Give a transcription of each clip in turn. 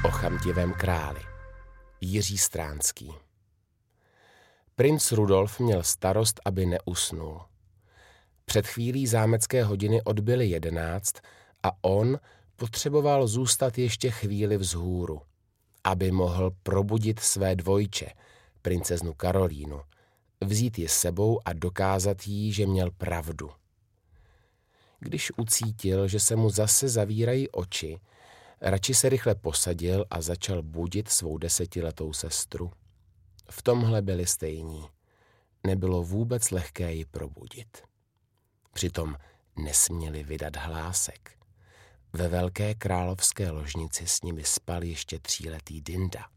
o chamtivém králi. Jiří Stránský. Princ Rudolf měl starost, aby neusnul. Před chvílí zámecké hodiny odbyly 11 a on potřeboval zůstat ještě chvíli vzhůru, aby mohl probudit své dvojče, princeznu Karolínu, vzít ji s sebou a dokázat jí, že měl pravdu. Když ucítil, že se mu zase zavírají oči, radši se rychle posadil a začal budit svou 10letou sestru. V tomhle byli stejní. Nebylo vůbec lehké ji probudit. Přitom nesměli vydat hlásek. Ve velké královské ložnici s nimi spal ještě 3letý Dinda.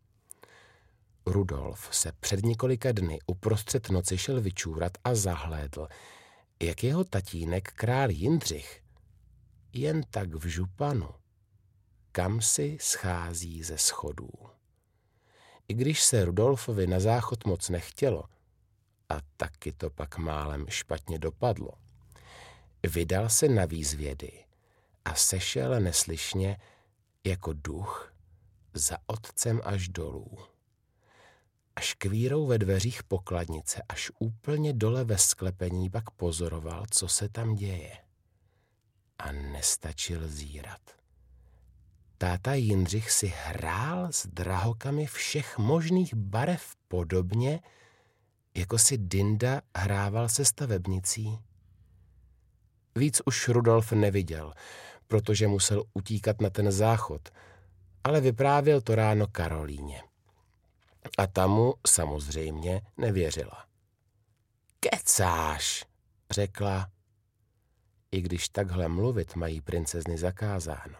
Rudolf se před několika dny uprostřed noci šel vyčůrat a zahlédl, jak jeho tatínek král Jindřich jen tak v županu kam si schází ze schodů. I když se Rudolfovi na záchod moc nechtělo, a taky to pak málem špatně dopadlo, vydal se na výzvědy a sešel neslyšně jako duch za otcem až dolů. Až kvírou ve dveřích pokladnice, až úplně dole ve sklepení pak pozoroval, co se tam děje. A nestačil zírat. Táta Jindřich si hrál s drahokami všech možných barev podobně, jako si Dinda hrával se stavebnicí. Víc už Rudolf neviděl, protože musel utíkat na ten záchod, ale vyprávěl to ráno Karolíně. A ta mu samozřejmě nevěřila. Kecáš, řekla, i když takhle mluvit mají princezny zakázáno.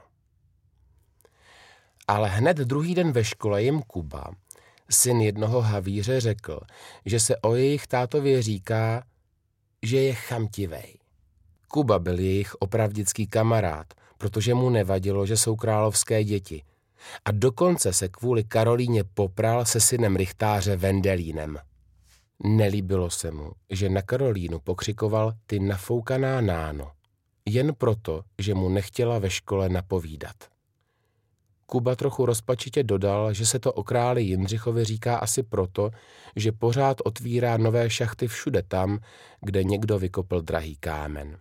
Ale hned druhý den ve škole jim Kuba, syn jednoho havíře, řekl, že se o jejich tátově říká, že je chamtivej. Kuba byl jejich opravdický kamarád, protože mu nevadilo, že jsou královské děti. A dokonce se kvůli Karolíně popral se synem rychtáře Vendelínem. Nelíbilo se mu, že na Karolínu pokřikoval ty nafoukaná náno, jen proto, že mu nechtěla ve škole napovídat. Kuba trochu rozpačitě dodal, že se to o králi Jindřichovi říká asi proto, že pořád otvírá nové šachty všude tam, kde někdo vykopl drahý kámen.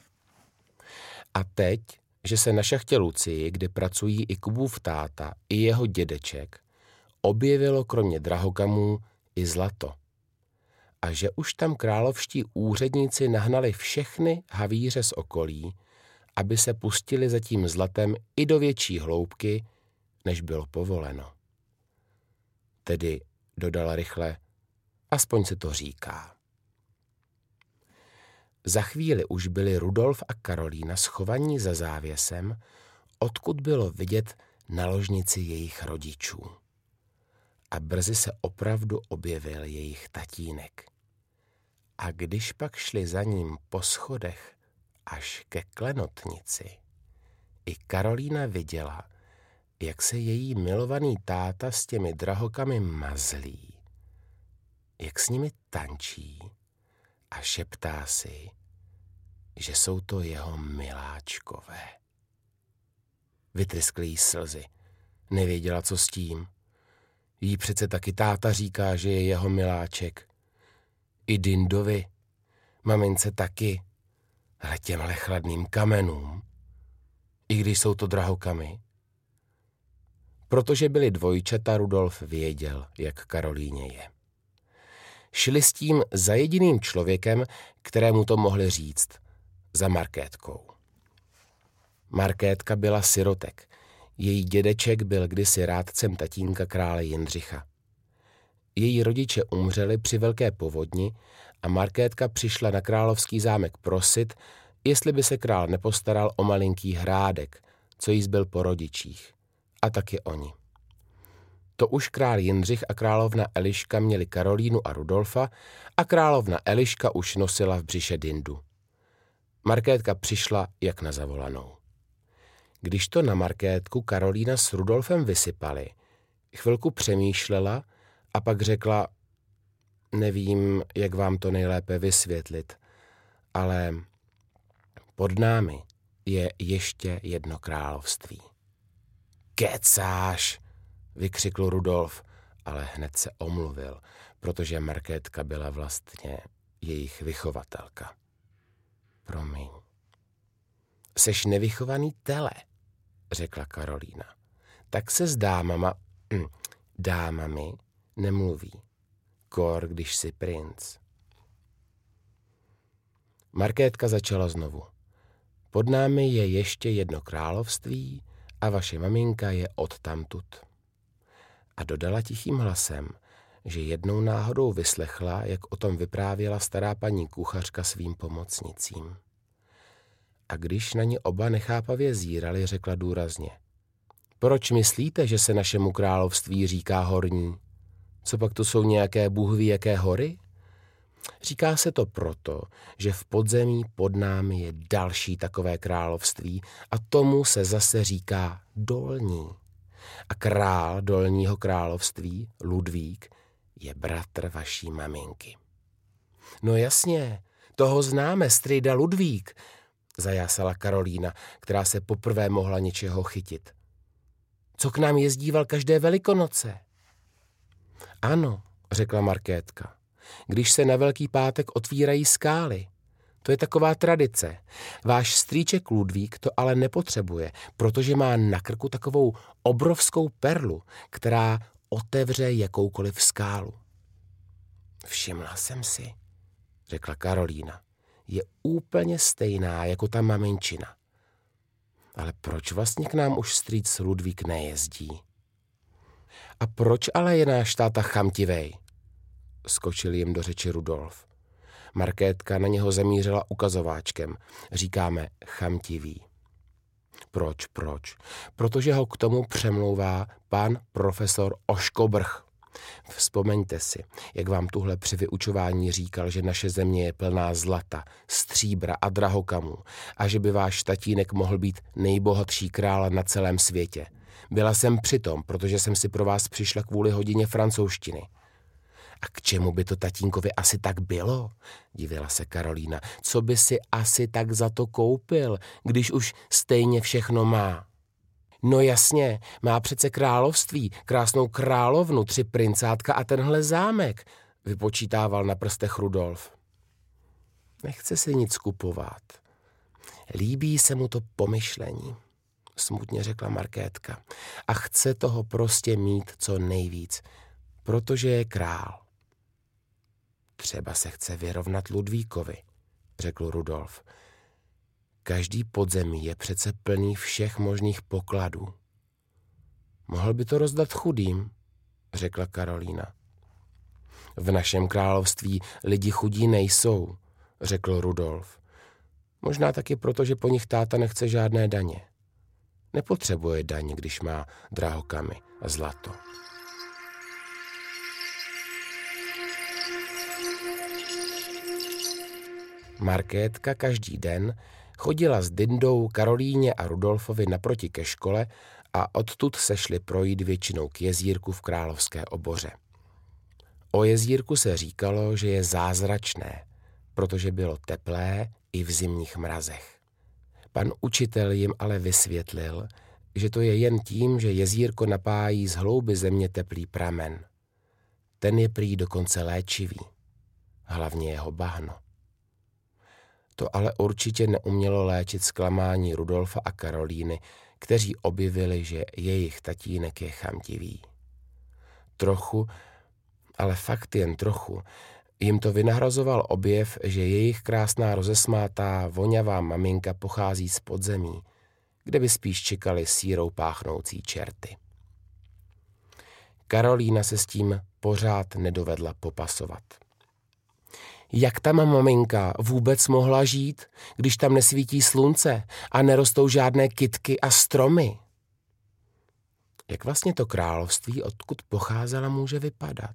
A teď, že se na šachtě Lucii, kde pracují i Kubův táta, i jeho dědeček, objevilo kromě drahokamů i zlato. A že už tam královští úředníci nahnali všechny havíře z okolí, aby se pustili za tím zlatem i do větší hloubky, než bylo povoleno. Tedy dodala rychle, aspoň se to říká. Za chvíli už byli Rudolf a Karolína schovaní za závěsem, odkud bylo vidět na ložnici jejich rodičů. A brzy se opravdu objevil jejich tatínek. A když pak šli za ním po schodech až ke klenotnici, i Karolína viděla, jak se její milovaný táta s těmi drahokami mazlí, jak s nimi tančí a šeptá si, že jsou to jeho miláčkové. Vytryskly jí slzy. Nevěděla, co s tím. Jí přece taky táta říká, že je jeho miláček. I Dindovi, mamince taky, ale těmhle chladným kamenům, i když jsou to drahokamy. Protože byli dvojčata, Rudolf věděl, jak Karolíně je. Šli s tím za jediným člověkem, kterému to mohli říct, za Markétkou. Markétka byla sirotek. Její dědeček byl kdysi rádcem tatínka krále Jindřicha. Její rodiče umřeli při velké povodni a Markétka přišla na královský zámek prosit, jestli by se král nepostaral o malinký hrádek, co jí zbyl po rodičích. A taky oni. To už král Jindřich a královna Eliška měli Karolínu a Rudolfa a královna Eliška už nosila v břiše Dindu. Markétka přišla jak na zavolanou. Když to na Markétku Karolína s Rudolfem vysypali, chvilku přemýšlela a pak řekla, nevím, jak vám to nejlépe vysvětlit, ale pod námi je ještě jedno království. Kecáš, vykřikl Rudolf, ale hned se omluvil, protože Markétka byla vlastně jejich vychovatelka. Promiň. Seš nevychovaný tele, řekla Karolína. Tak se s dámami nemluví. Kor, když jsi princ. Markétka začala znovu. Pod námi je ještě jedno království a vaše maminka je odtamtud. A dodala tichým hlasem, že jednou náhodou vyslechla, jak o tom vyprávěla stará paní kuchařka svým pomocnicím. A když na ně oba nechápavě zírali, řekla důrazně. Proč myslíte, že se našemu království říká horní? Co pak to jsou nějaké bůhví jaké hory? Říká se to proto, že v podzemí pod námi je další takové království a tomu se zase říká dolní. A král dolního království, Ludvík, je bratr vaší maminky. No jasně, toho známe, strýda Ludvík, zajásala Karolína, která se poprvé mohla něčeho chytit. Co k nám jezdíval každé Velikonoce? Ano, řekla Markétka, když se na Velký pátek otvírají skály. To je taková tradice. Váš strýček Ludvík to ale nepotřebuje, protože má na krku takovou obrovskou perlu, která otevře jakoukoliv skálu. Všimla jsem si, řekla Karolína. Je úplně stejná jako ta maminčina. Ale proč vlastně k nám už strýc Ludvík nejezdí? A proč ale je náš táta chamtivej? Skočil jim do řeči Rudolf. Markétka na něho zamířila ukazováčkem. Říkáme chamtivý. Proč? Protože ho k tomu přemlouvá pan profesor Oškobrch. Vzpomeňte si, jak vám tuhle při vyučování říkal, že naše země je plná zlata, stříbra a drahokamů a že by váš tatínek mohl být nejbohatší král na celém světě. Byla jsem přitom, protože jsem si pro vás přišla kvůli hodině francouzštiny. A k čemu by to tatínkovi asi tak bylo? Divila se Karolína. Co by si asi tak za to koupil, když už stejně všechno má? No jasně, má přece království, krásnou královnu, 3 princátka a tenhle zámek, vypočítával na prstech Rudolf. Nechce si nic kupovat. Líbí se mu to pomyšlení, smutně řekla Markétka. A chce toho prostě mít co nejvíc, protože je král. Třeba se chce vyrovnat Ludvíkovi, řekl Rudolf. Každý podzemí je přece plný všech možných pokladů. Mohl by to rozdat chudým, řekla Karolína. V našem království lidi chudí nejsou, řekl Rudolf. Možná taky proto, že po nich táta nechce žádné daně. Nepotřebuje daně, když má drahokamy a zlato. Markétka každý den chodila s Dindou, Karolíně a Rudolfovi naproti ke škole a odtud se šli projít většinou k jezírku v Královské Oboře. O jezírku se říkalo, že je zázračné, protože bylo teplé i v zimních mrazech. Pan učitel jim ale vysvětlil, že to je jen tím, že jezírko napájí z hlouby země teplý pramen. Ten je prý dokonce léčivý, hlavně jeho bahno. To ale určitě neumělo léčit zklamání Rudolfa a Karolíny, kteří objevili, že jejich tatínek je chamtivý. Trochu, ale fakt jen trochu, jim to vynahrazoval objev, že jejich krásná rozesmátá, vonavá maminka pochází z podzemí, kde by spíš čekali sírou páchnoucí čerty. Karolína se s tím pořád nedovedla popasovat. Jak tam maminka vůbec mohla žít, když tam nesvítí slunce a nerostou žádné kytky a stromy? Jak vlastně to království, odkud pocházela, může vypadat?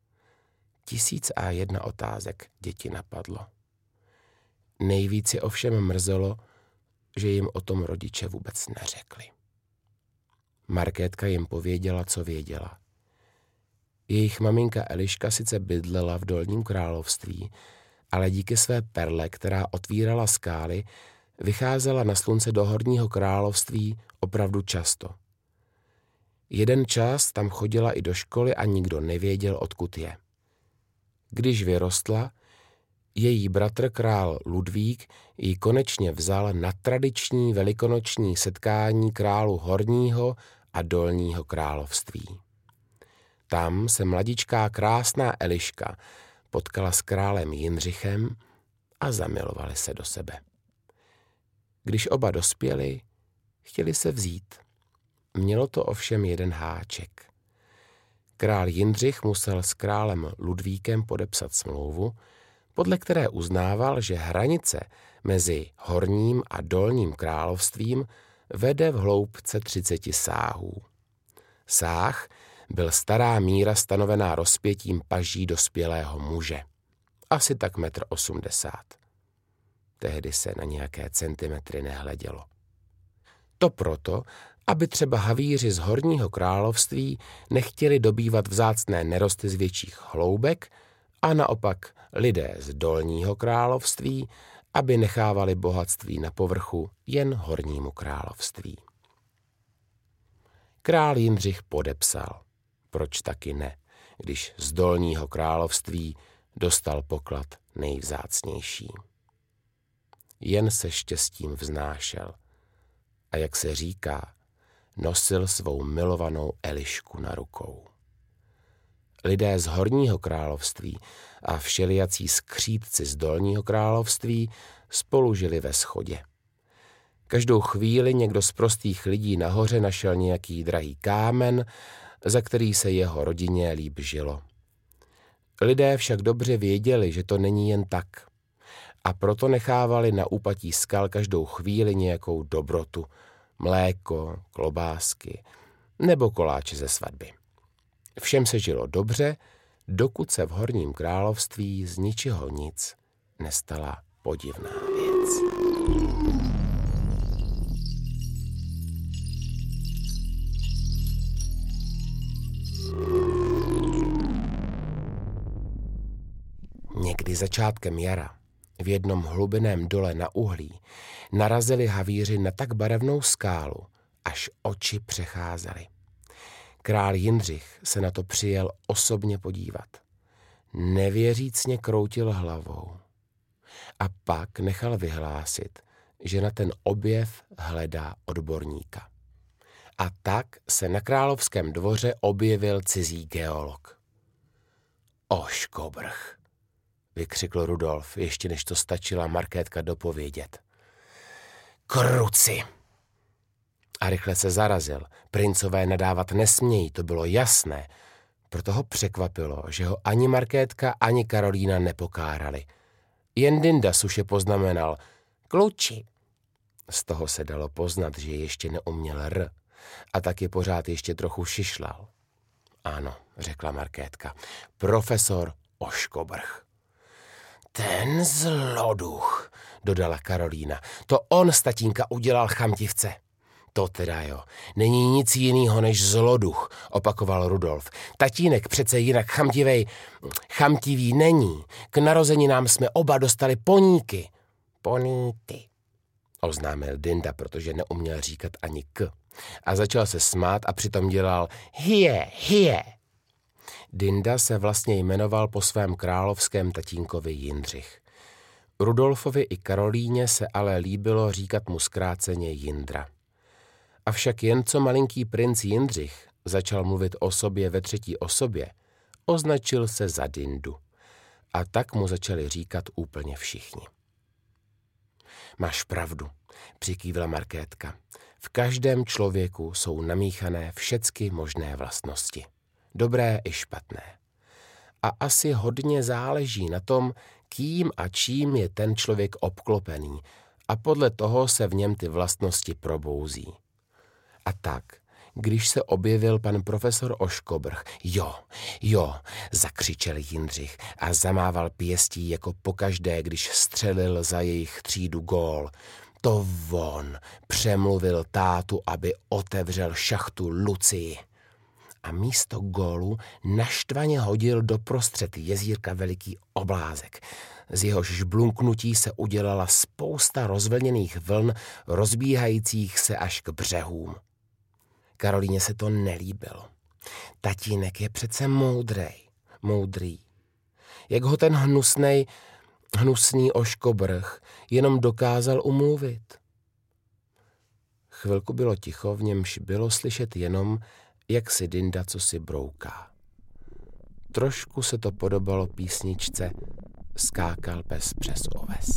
1001 otázek děti napadlo. Nejvíc je ovšem mrzelo, že jim o tom rodiče vůbec neřekli. Markétka jim pověděla, co věděla. Jejich maminka Eliška sice bydlela v Dolním království, ale díky své perle, která otvírala skály, vycházela na slunce do Horního království opravdu často. Jeden čas tam chodila i do školy a nikdo nevěděl, odkud je. Když vyrostla, její bratr král Ludvík ji konečně vzal na tradiční velikonoční setkání králu Horního a Dolního království. Tam se mladičká krásná Eliška potkala s králem Jindřichem a zamilovali se do sebe. Když oba dospěli, chtěli se vzít. Mělo to ovšem jeden háček. Král Jindřich musel s králem Ludvíkem podepsat smlouvu, podle které uznával, že hranice mezi Horním a Dolním královstvím vede v hloubce 30 sáhů. Sáh byl stará míra stanovená rozpětím paží dospělého muže. Asi tak 1,80 m. Tehdy se na nějaké centimetry nehledělo. To proto, aby třeba havíři z Horního království nechtěli dobývat vzácné nerosty z větších hloubek a naopak lidé z Dolního království, aby nechávali bohatství na povrchu jen Hornímu království. Král Jindřich podepsal. Proč taky ne, když z Dolního království dostal poklad nejvzácnější. Jen se štěstím vznášel a jak se říká, nosil svou milovanou Elišku na rukou. Lidé z Horního království a všelijací skřídci z Dolního království spolu žili ve shodě. Každou chvíli někdo z prostých lidí nahoře našel nějaký drahý kámen, za který se jeho rodině líp žilo. Lidé však dobře věděli, že to není jen tak, a proto nechávali na úpatí skal každou chvíli nějakou dobrotu, mléko, klobásky nebo koláče ze svatby. Všem se žilo dobře, dokud se v Horním království z ničeho nic nestala podivná věc. Někdy začátkem jara v jednom hlubiném dole na uhlí narazili havíři na tak barevnou skálu, až oči přecházely. Král Jindřich se na to přijel osobně podívat. Nevěřícně kroutil hlavou. A pak nechal vyhlásit, že na ten objev hledá odborníka. A tak se na královském dvoře objevil cizí geolog. Oškobrch, vykřikl Rudolf, ještě než to stačila Markétka dopovědět. Kruci! A rychle se zarazil. Princové nadávat nesmějí, to bylo jasné. Proto ho překvapilo, že ho ani Markétka, ani Karolína nepokárali. Jen Dinda suše poznamenal kluči. Z toho se dalo poznat, že ještě neuměl r a taky pořád ještě trochu šišlal. Ano, řekla Markétka, profesor Oškobrch. Ten zloduch, dodala Karolína, to on z tatínka udělal chamtivce. To teda jo, není nic jinýho než zloduch, opakoval Rudolf. Tatínek přece jinak chamtivý není. K narozeninám jsme oba dostali poníky. Poníky, oznámil Dinda, protože neuměl říkat ani k. A začal se smát a přitom dělal hije. Dinda se vlastně jmenoval po svém královském tatínkovi Jindřich. Rudolfovi i Karolíně se ale líbilo říkat mu zkráceně Jindra. Avšak jen co malinký princ Jindřich začal mluvit o sobě ve třetí osobě, označil se za Dindu. A tak mu začali říkat úplně všichni. Máš pravdu, přikývla Markétka. V každém člověku jsou namíchané všecky možné vlastnosti. Dobré i špatné. A asi hodně záleží na tom, kým a čím je ten člověk obklopený a podle toho se v něm ty vlastnosti probouzí. A tak, když se objevil pan profesor Oškobrch, jo, zakřičel Jindřich a zamával pěstí jako pokaždé, když střelil za jejich třídu gól. To on přemluvil tátu, aby otevřel šachtu Lucii. A místo gólu naštvaně hodil doprostřed jezírka veliký oblázek. Z jehož žblunknutí se udělala spousta rozvlněných vln, rozbíhajících se až k břehům. Karolíně se to nelíbilo. Tatínek je přece moudrý. Jak ho ten hnusný oškobrch jenom dokázal umluvit. Chvilku bylo ticho, v němž bylo slyšet jenom, jak si Dinda cosi brouká. Trošku se to podobalo písničce Skákal pes přes oves.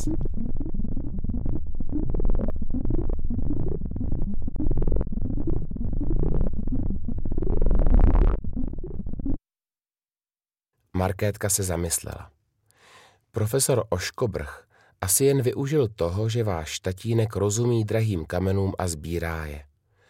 Markétka se zamyslela. Profesor Oškobrch asi jen využil toho, že váš tatínek rozumí drahým kamenům a sbírá je.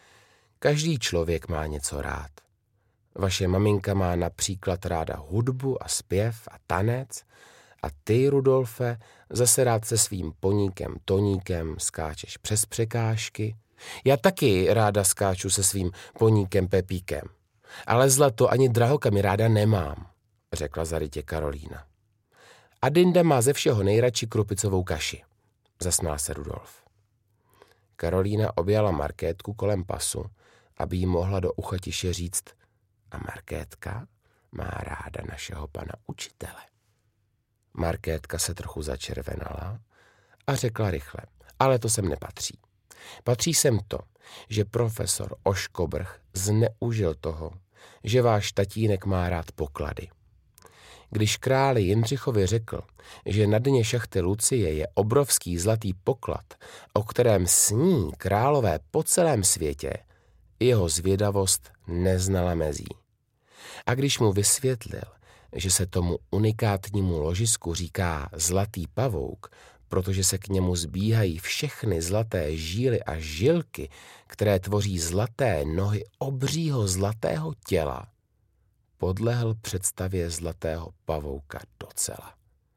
Každý člověk má něco rád. Vaše maminka má například ráda hudbu a zpěv a tanec a ty, Rudolfe, zase rád se svým poníkem Toníkem skáčeš přes překážky. Já taky ráda skáču se svým poníkem Pepíkem, ale zlato ani drahokamy ráda nemám, řekla zarytě Karolína. A Dinda má ze všeho nejradši krupicovou kaši, zasmál se Rudolf. Karolína objala Markétku kolem pasu, aby jí mohla do ucha tiše říct: a Markétka má ráda našeho pana učitele. Markétka se trochu začervenala a řekla rychle: ale to sem nepatří. Patří sem to, že profesor Oškobrch zneužil toho, že váš tatínek má rád poklady. Když králi Jindřichovi řekl, že na dně šachty Lucie je obrovský zlatý poklad, o kterém sní králové po celém světě, jeho zvědavost neznala mezí. A když mu vysvětlil, že se tomu unikátnímu ložisku říká zlatý pavouk, protože se k němu zbíhají všechny zlaté žíly a žilky, které tvoří zlaté nohy obřího zlatého těla, podlehl představě zlatého pavouka docela.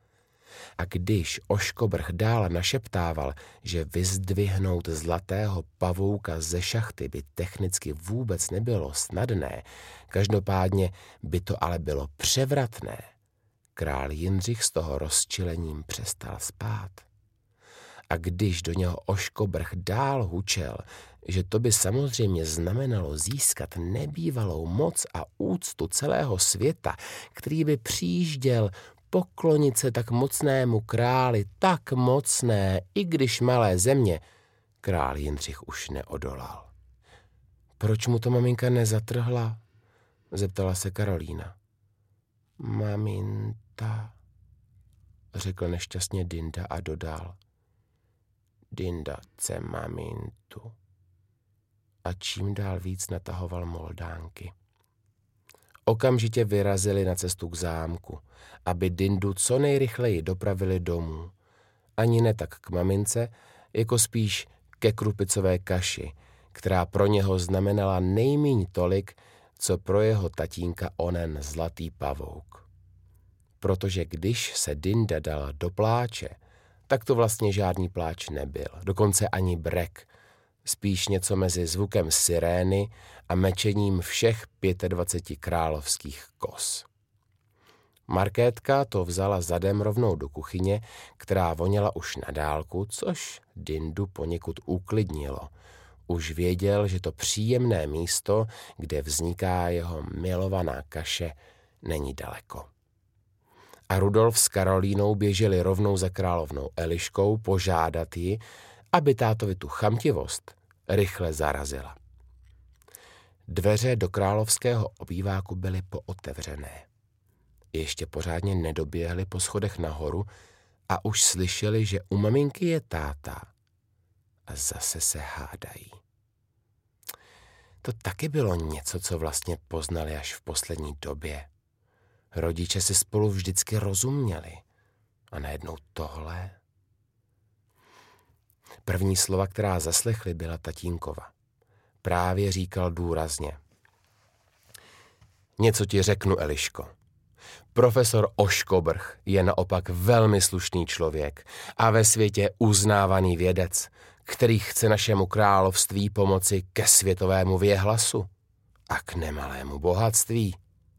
A když Oškobrch dál našeptával, že vyzdvihnout zlatého pavouka ze šachty by technicky vůbec nebylo snadné, každopádně by to ale bylo převratné, král Jindřich z toho rozčilením přestal spát. A když do něho Oškobrch dál hučel, že to by samozřejmě znamenalo získat nebývalou moc a úctu celého světa, který by přijížděl poklonit se tak mocnému králi, tak mocné, i když malé země, král Jindřich už neodolal. Proč mu to maminka nezatrhla? Zeptala se Karolína. Maminta, řekl nešťastně Dinda a dodal. Dinda chce mamintu. A čím dál víc natahoval moldánky. Okamžitě vyrazili na cestu k zámku, aby Dindu co nejrychleji dopravili domů. Ani ne tak k mamince, jako spíš ke krupicové kaši, která pro něho znamenala nejmíň tolik, co pro jeho tatínka onen zlatý pavouk. Protože když se Dinda dala do pláče, tak to vlastně žádný pláč nebyl, dokonce ani brek, spíš něco mezi zvukem sirény a mečením všech 25 královských koz. Markétka to vzala zadem rovnou do kuchyně, která voněla už na dálku, což Dindu poněkud uklidnilo. Už věděl, že to příjemné místo, kde vzniká jeho milovaná kaše, není daleko. A Rudolf s Karolínou běželi rovnou za královnou Eliškou požádat ji, aby tátovi tu chamtivost rychle zarazila. Dveře do královského obýváku byly pootevřené. Ještě pořádně nedoběhli po schodech nahoru a už slyšeli, že u maminky je táta. A zase se hádají. To taky bylo něco, co vlastně poznali až v poslední době. Rodiče si spolu vždycky rozuměli. A najednou tohle. První slova, která zaslechli, byla tatínkova. Právě říkal důrazně. Něco ti řeknu, Eliško. Profesor Oškobrch je naopak velmi slušný člověk a ve světě uznávaný vědec, který chce našemu království pomoci ke světovému věhlasu a k nemalému bohatství.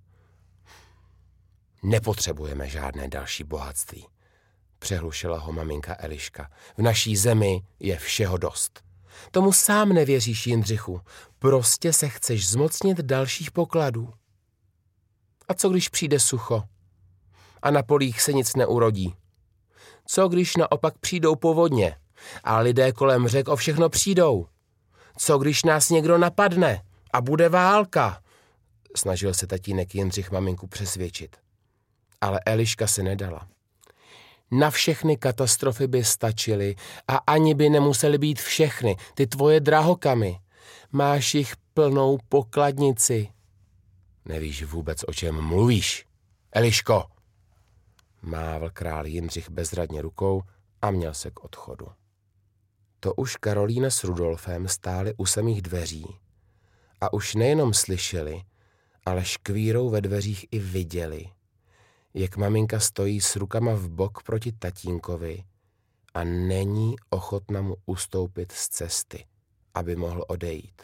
Nepotřebujeme žádné další bohatství, přehlušila ho maminka Eliška. V naší zemi je všeho dost. Tomu sám nevěříš, Jindřichu. Prostě se chceš zmocnit dalších pokladů. A co když přijde sucho? A na polích se nic neurodí? Co když naopak přijdou povodně a lidé kolem řek o všechno přijdou? Co když nás někdo napadne a bude válka? Snažil se tatínek Jindřich maminku přesvědčit. Ale Eliška se nedala. Na všechny katastrofy by stačily a ani by nemusely být všechny, ty tvoje drahokamy. Máš jich plnou pokladnici. Nevíš vůbec, o čem mluvíš, Eliško. Mávl král Jindřich bezradně rukou a měl se k odchodu. To už Karolína s Rudolfem stáli u samých dveří a už nejenom slyšeli, ale škvírou ve dveřích i viděli, jak maminka stojí s rukama v bok proti tatínkovi a není ochotna mu ustoupit z cesty, aby mohl odejít.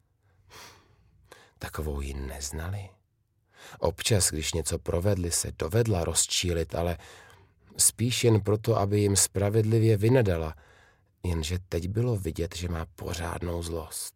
Takovou ji neznali. Občas, když něco provedli, se dovedla rozčílit, ale spíš jen proto, aby jim spravedlivě vynadala, jenže teď bylo vidět, že má pořádnou zlost.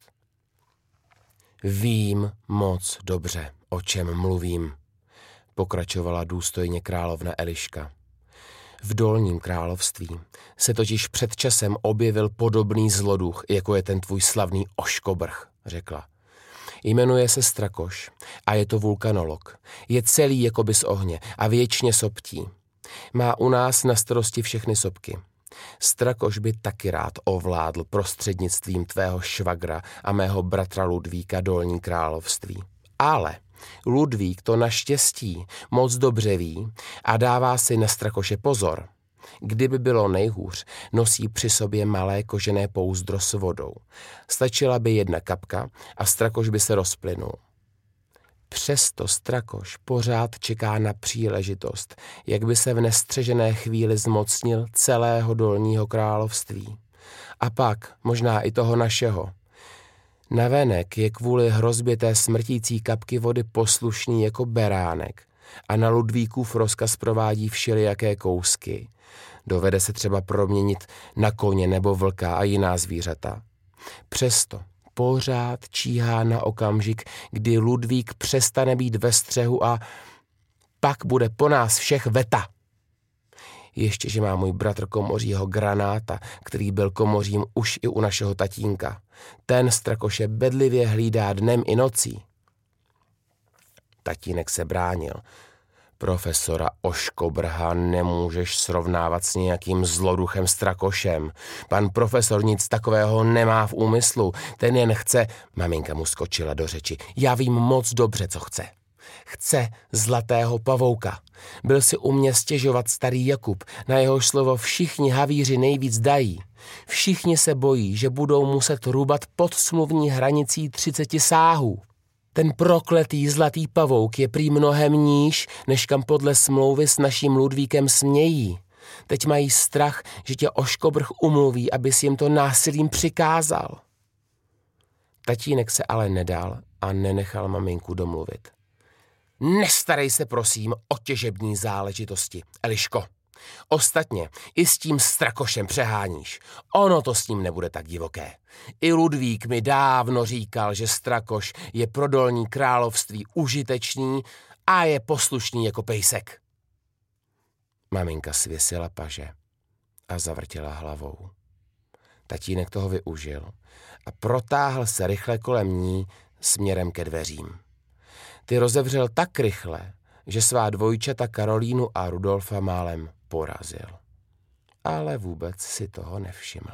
Vím moc dobře, o čem mluvím, pokračovala důstojně královna Eliška. V Dolním království se totiž před časem objevil podobný zloduch, jako je ten tvůj slavný Oškobrch, řekla. Jmenuje se Strakoš a je to vulkanolog. Je celý jakoby z ohně a věčně soptí. Má u nás na starosti všechny sopky. Strakoš by taky rád ovládl prostřednictvím tvého švagra a mého bratra Ludvíka Dolní království. Ale Ludvík to naštěstí moc dobře ví a dává si na Strakoše pozor. Kdyby bylo nejhůř, nosí při sobě malé kožené pouzdro s vodou. Stačila by jedna kapka a Strakoš by se rozplynul. Přesto Strakoš pořád čeká na příležitost, jak by se v nestřežené chvíli zmocnil celého Dolního království. A pak možná i toho našeho. Navenek je kvůli hrozbě té smrtící kapky vody poslušný jako beránek a na Ludvíkův rozkaz provádí všelijaké kousky. Dovede se třeba proměnit na koně nebo vlka a jiná zvířata. Přesto pořád číhá na okamžik, kdy Ludvík přestane být ve střehu a pak bude po nás všech veta. Ještě, že má můj bratr komořího Granáta, který byl komořím už i u našeho tatínka. Ten Strakoše bedlivě hlídá dnem i nocí. Tatínek se bránil. Profesora Oškobrha nemůžeš srovnávat s nějakým zloduchem Strakošem. Pan profesor nic takového nemá v úmyslu. Ten jen chce... Maminka mu skočila do řeči. Já vím moc dobře, co chce. Chce zlatého pavouka. Byl si u mě stěžovat starý Jakub, na jehož slovo všichni havíři nejvíc dají. Všichni se bojí, že budou muset rubat pod smluvní hranicí 30 sáhů. Ten prokletý zlatý pavouk je prý mnohem níž, než kam podle smlouvy s naším Ludvíkem smějí. Teď mají strach, že tě Oškobrch umluví, abys jim to násilím přikázal. Tatínek se ale nedal a nenechal maminku domluvit. Nestarej se prosím o těžební záležitosti, Eliško. Ostatně i s tím Strakošem přeháníš. Ono to s ním nebude tak divoké. I Ludvík mi dávno říkal, že Strakoš je pro Dolní království užitečný a je poslušný jako pejsek. Maminka svěsila paže a zavrtěla hlavou. Tatínek toho využil a protáhl se rychle kolem ní směrem ke dveřím. Ty rozevřel tak rychle, že svá dvojčata Karolínu a Rudolfa málem porazil. Ale vůbec si toho nevšiml.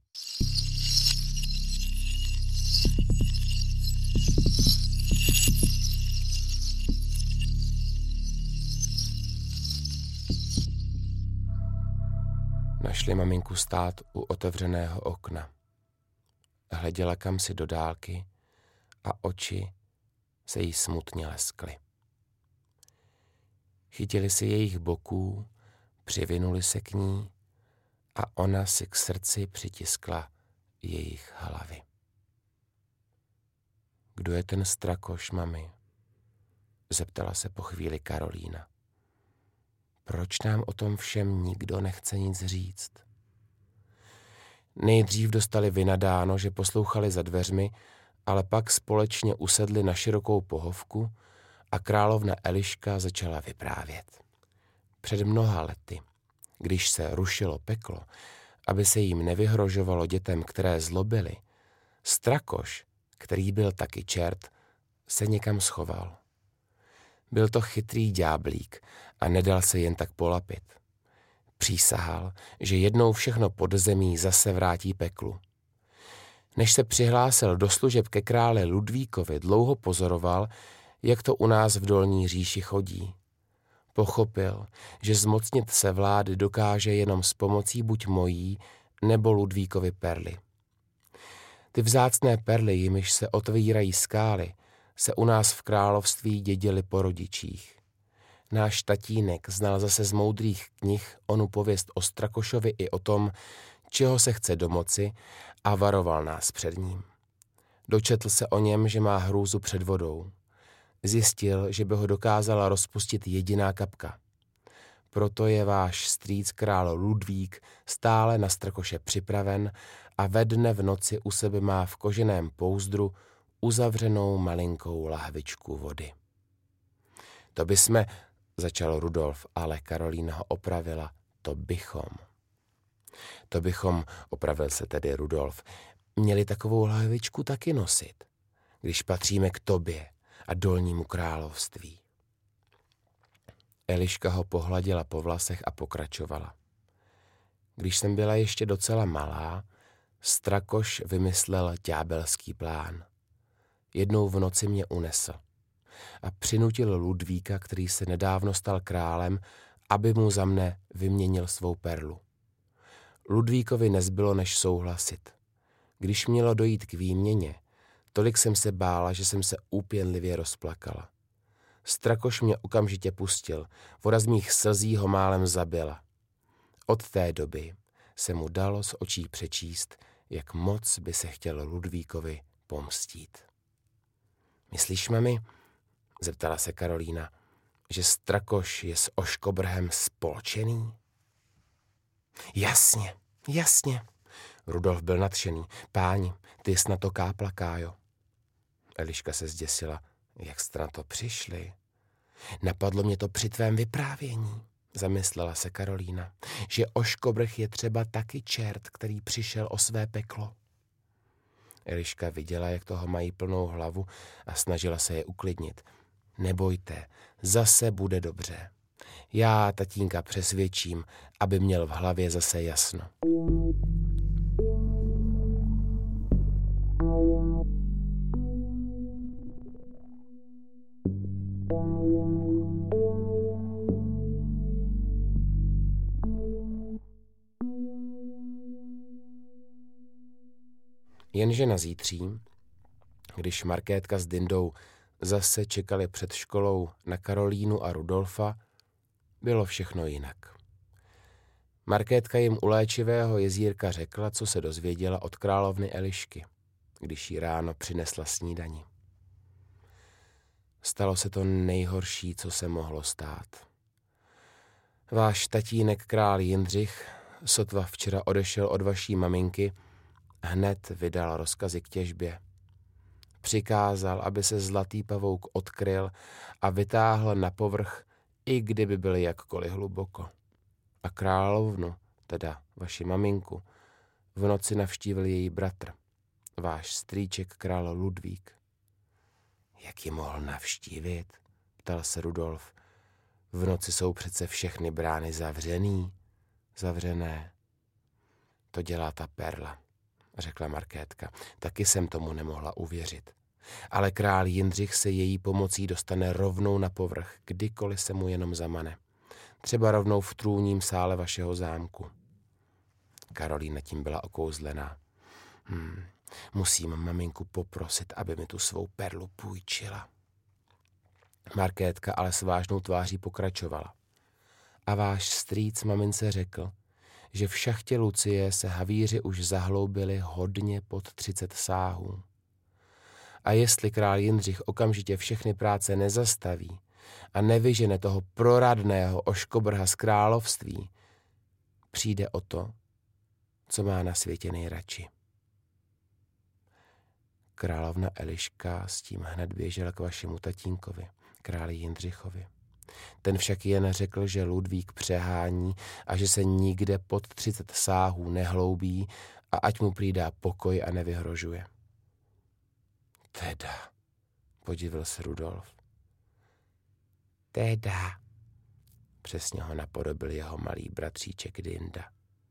Našli maminku stát u otevřeného okna. Hleděla kamsi do dálky a oči se jí smutně leskly. Chytili si jejich boků, přivinuli se k ní a ona si k srdci přitiskla jejich hlavy. Kdo je ten Strakoš, mami? Zeptala se po chvíli Karolína. Proč nám o tom všem nikdo nechce nic říct? Nejdřív dostali vynadáno, že poslouchali za dveřmi, ale pak společně usedli na širokou pohovku a královna Eliška začala vyprávět. Před mnoha lety, když se rušilo peklo, aby se jim nevyhrožovalo dětem, které zlobily, Strakoš, který byl taky čert, se někam schoval. Byl to chytrý ďáblík a nedal se jen tak polapit. Přísahal, že jednou všechno pod zemí zase vrátí peklu. Než se přihlásil do služeb ke králi Ludvíkovi, dlouho pozoroval, jak to u nás v Dolní říši chodí. Pochopil, že zmocnit se vlády dokáže jenom s pomocí buď mojí, nebo Ludvíkovy perly. Ty vzácné perly, jimiž se otvírají skály, se u nás v království dědily po rodičích. Náš tatínek znal zase z moudrých knih onu pověst o Strakošovi i o tom, čeho se chce domoci, a varoval nás před ním. Dočetl se o něm, že má hrůzu před vodou. Zjistil, že by ho dokázala rozpustit jediná kapka. Proto je váš strýc král Ludvík stále na Strakoše připraven a ve dne v noci u sebe má v koženém pouzdru uzavřenou malinkou lahvičku vody. To bychom, začal Rudolf, ale Karolína ho opravila, to bychom, opravil se tedy Rudolf, měli takovou lahvičku taky nosit, když patříme k tobě a Dolnímu království. Eliška ho pohladila po vlasech a pokračovala. Když jsem byla ještě docela malá, Strakoš vymyslel ďábelský plán. Jednou v noci mě unesl a přinutil Ludvíka, který se nedávno stal králem, aby mu za mne vyměnil svou perlu. Ludvíkovi nezbylo než souhlasit. Když mělo dojít k výměně, tolik jsem se bála, že jsem se úpěnlivě rozplakala. Strakoš mě okamžitě pustil, voda z mých slzí ho málem zabila. Od té doby se mu dalo z očí přečíst, jak moc by se chtěl Ludvíkovi pomstít. Myslíš, mami, zeptala se Karolína, že Strakoš je s Oškobrhem spolčený? Jasně. Rudolf byl nadšený. Páni, ty jsi na to kápla, Kájo. Eliška se zděsila. Jak jste na to přišli? Napadlo mě to při tvém vyprávění, zamyslela se Karolína, že Oškobrch je třeba taky čert, který přišel o své peklo. Eliška viděla, jak toho mají plnou hlavu a snažila se je uklidnit. Nebojte, zase bude dobře. Já tatínka přesvědčím, aby měl v hlavě zase jasno. Jenže na zítří, když Markétka s Dindou zase čekali před školou na Karolínu a Rudolfa, bylo všechno jinak. Markétka jim u léčivého jezírka řekla, co se dozvěděla od královny Elišky, když jí ráno přinesla snídani. Stalo se to nejhorší, co se mohlo stát. Váš tatínek král Jindřich, sotva včera odešel od vaší maminky, hned vydal rozkazy k těžbě. Přikázal, aby se zlatý pavouk odkryl a vytáhl na povrch, i kdyby byly jakkoliv hluboko. A královnu, teda vaši maminku, v noci navštívil její bratr, váš strýček král Ludvík. Jak ji mohl navštívit? Ptal se Rudolf. V noci jsou přece všechny brány zavřené. To dělá ta perla, řekla Markétka. Taky jsem tomu nemohla uvěřit. Ale král Jindřich se její pomocí dostane rovnou na povrch, kdykoliv se mu jenom zamane. Třeba rovnou v trůním sále vašeho zámku. Karolína tím byla okouzlená. Musím maminku poprosit, aby mi tu svou perlu půjčila. Markétka ale s vážnou tváří pokračovala. A váš strýc mamince řekl, že v šachtě Lucie se havíři už zahloubili hodně pod 30 sáhů. A jestli král Jindřich okamžitě všechny práce nezastaví a nevyžene toho proradného Oškobrha z království, přijde o to, co má na světě nejradši. Královna Eliška s tím hned běžela k vašemu tatínkovi, králi Jindřichovi. Ten však jen řekl, že Ludvík přehání a že se nikde pod 30 sáhů nehloubí a ať mu prý dá pokoj a nevyhrožuje. Teda, podivil se Rudolf. Teda, přesně ho napodobil jeho malý bratříček Dinda.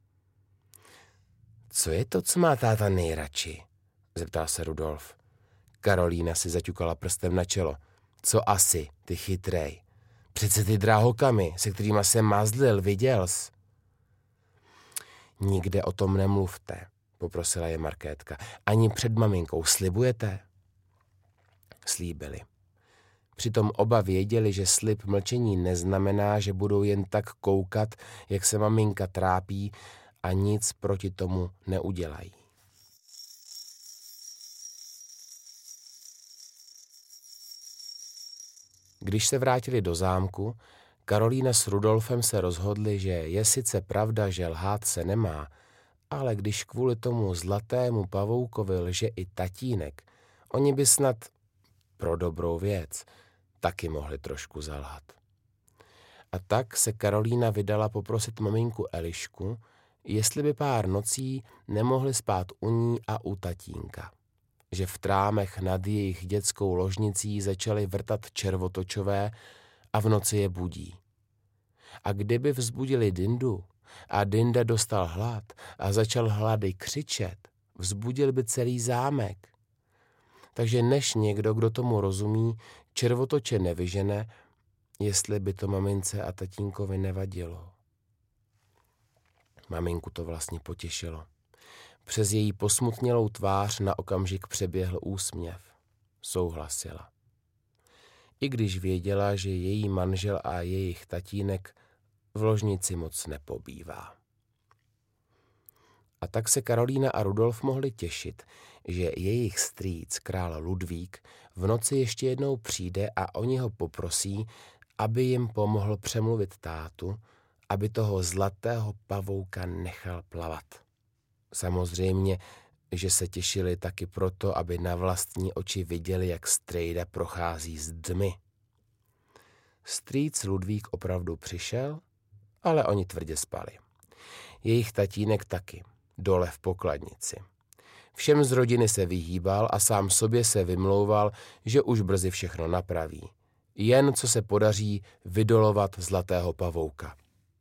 Co je to, co má táta nejradši? Zeptal se Rudolf. Karolína si zaťukala prstem na čelo. Co asi, ty chytrej? Přece ty drahokamy, se kterýma se mazlil, viděl jsi? Nikde o tom nemluvte, poprosila je Markétka. Ani před maminkou, slibujete? Slíbili. Přitom oba věděli, že slib mlčení neznamená, že budou jen tak koukat, jak se maminka trápí a nic proti tomu neudělají. Když se vrátili do zámku, Karolína s Rudolfem se rozhodli, že je sice pravda, že lhát se nemá, ale když kvůli tomu zlatému pavoukovi lže i tatínek, oni by snad pro dobrou věc taky mohli trošku zalhat. A tak se Karolína vydala poprosit maminku Elišku, jestli by pár nocí nemohli spát u ní a u tatínka. Že v trámech nad jejich dětskou ložnicí začaly vrtat červotočové a v noci je budí. A kdyby vzbudili Dindu a Dinda dostal hlad a začal hlady křičet, vzbudil by celý zámek. Takže než někdo, kdo tomu rozumí, červotoče nevyžene, jestli by to mamince a tatínkovi nevadilo. Maminku to vlastně potěšilo. Přes její posmutnělou tvář na okamžik přeběhl úsměv. Souhlasila. I když věděla, že její manžel a jejich tatínek v ložnici moc nepobývá. A tak se Karolína a Rudolf mohli těšit, že jejich strýc, král Ludvík, v noci ještě jednou přijde a oni ho poprosí, aby jim pomohl přemluvit tátu, aby toho zlatého pavouka nechal plavat. Samozřejmě, že se těšili taky proto, aby na vlastní oči viděli, jak strejda prochází zdmi. Strýc Ludvík opravdu přišel, ale oni tvrdě spali. Jejich tatínek taky, dole v pokladnici. Všem z rodiny se vyhýbal a sám sobě se vymlouval, že už brzy všechno napraví. Jen co se podaří vydolovat zlatého pavouka.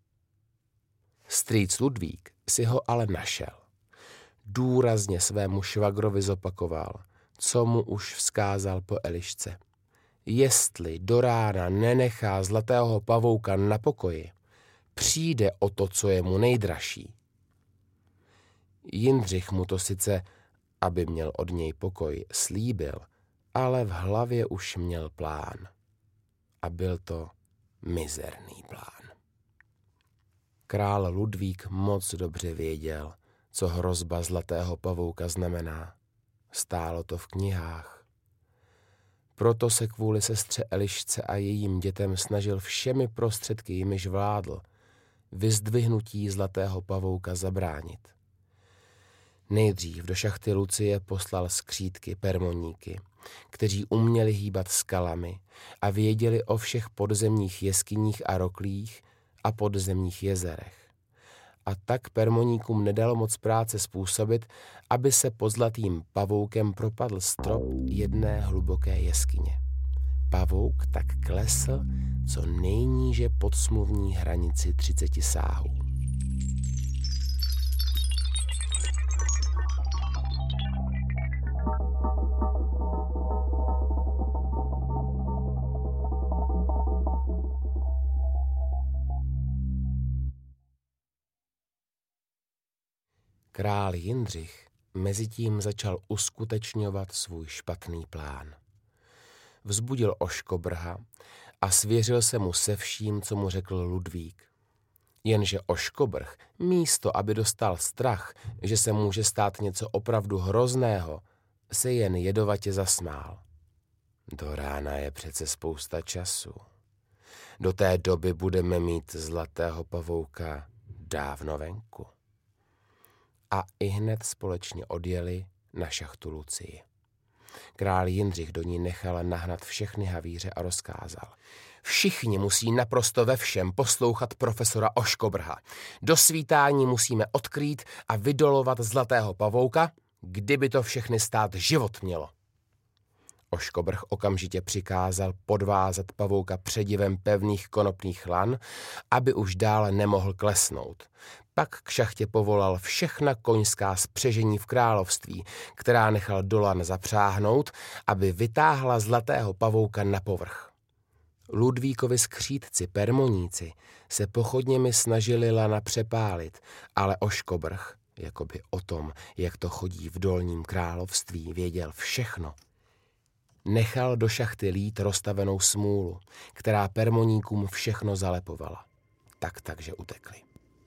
Strýc Ludvík si ho ale našel. Důrazně svému švagrovi zopakoval, co mu už vzkázal po Elišce. Jestli do rána nenechá zlatého pavouka na pokoji, přijde o to, co je mu nejdražší. Jindřich mu to sice, aby měl od něj pokoj, slíbil, ale v hlavě už měl plán. A byl to mizerný plán. Král Ludvík moc dobře věděl, co hrozba zlatého pavouka znamená. Stálo to v knihách. Proto se kvůli sestře Elišce a jejím dětem snažil všemi prostředky, jimiž vládl, vyzdvihnutí zlatého pavouka zabránit. Nejdřív do šachty Lucie poslal skřítky, permoníky, kteří uměli hýbat skalami a věděli o všech podzemních jeskyních a roklích a podzemních jezerech. A tak permoníkům nedalo moc práce způsobit, aby se pod zlatým pavoukem propadl strop jedné hluboké jeskyně. Pavouk tak klesl co nejníže pod smluvní hranici 30 sáhů. Král Jindřich mezitím začal uskutečňovat svůj špatný plán. Vzbudil Oškobrha a svěřil se mu se vším, co mu řekl Ludvík. Jenže Oškobrh, místo aby dostal strach, že se může stát něco opravdu hrozného, se jen jedovatě zasmál. Do rána je přece spousta času. Do té doby budeme mít zlatého pavouka dávno venku. a ihned společně odjeli na šachtu Lucii. Král Jindřich do ní nechal nahnat všechny havíře a rozkázal: Všichni musí naprosto ve všem poslouchat profesora Oškobrha. Do svítání musíme odkrýt a vydolovat zlatého pavouka, kdyby to všechny stát život mělo. Oškobrh okamžitě přikázal podvázat pavouka předivem pevných konopných lan, aby už dále nemohl klesnout. Pak k šachtě povolal všechna koňská spřežení v království, která nechal do lan zapřáhnout, aby vytáhla zlatého pavouka na povrch. Ludvíkovi skřídci, permoníci, se pochodněmi snažili lana přepálit, ale Oškobrh, jakoby o tom, jak to chodí v dolním království, věděl všechno. Nechal do šachty lít roztavenou smůlu, která permoníkům všechno zalepovala. Takže utekli.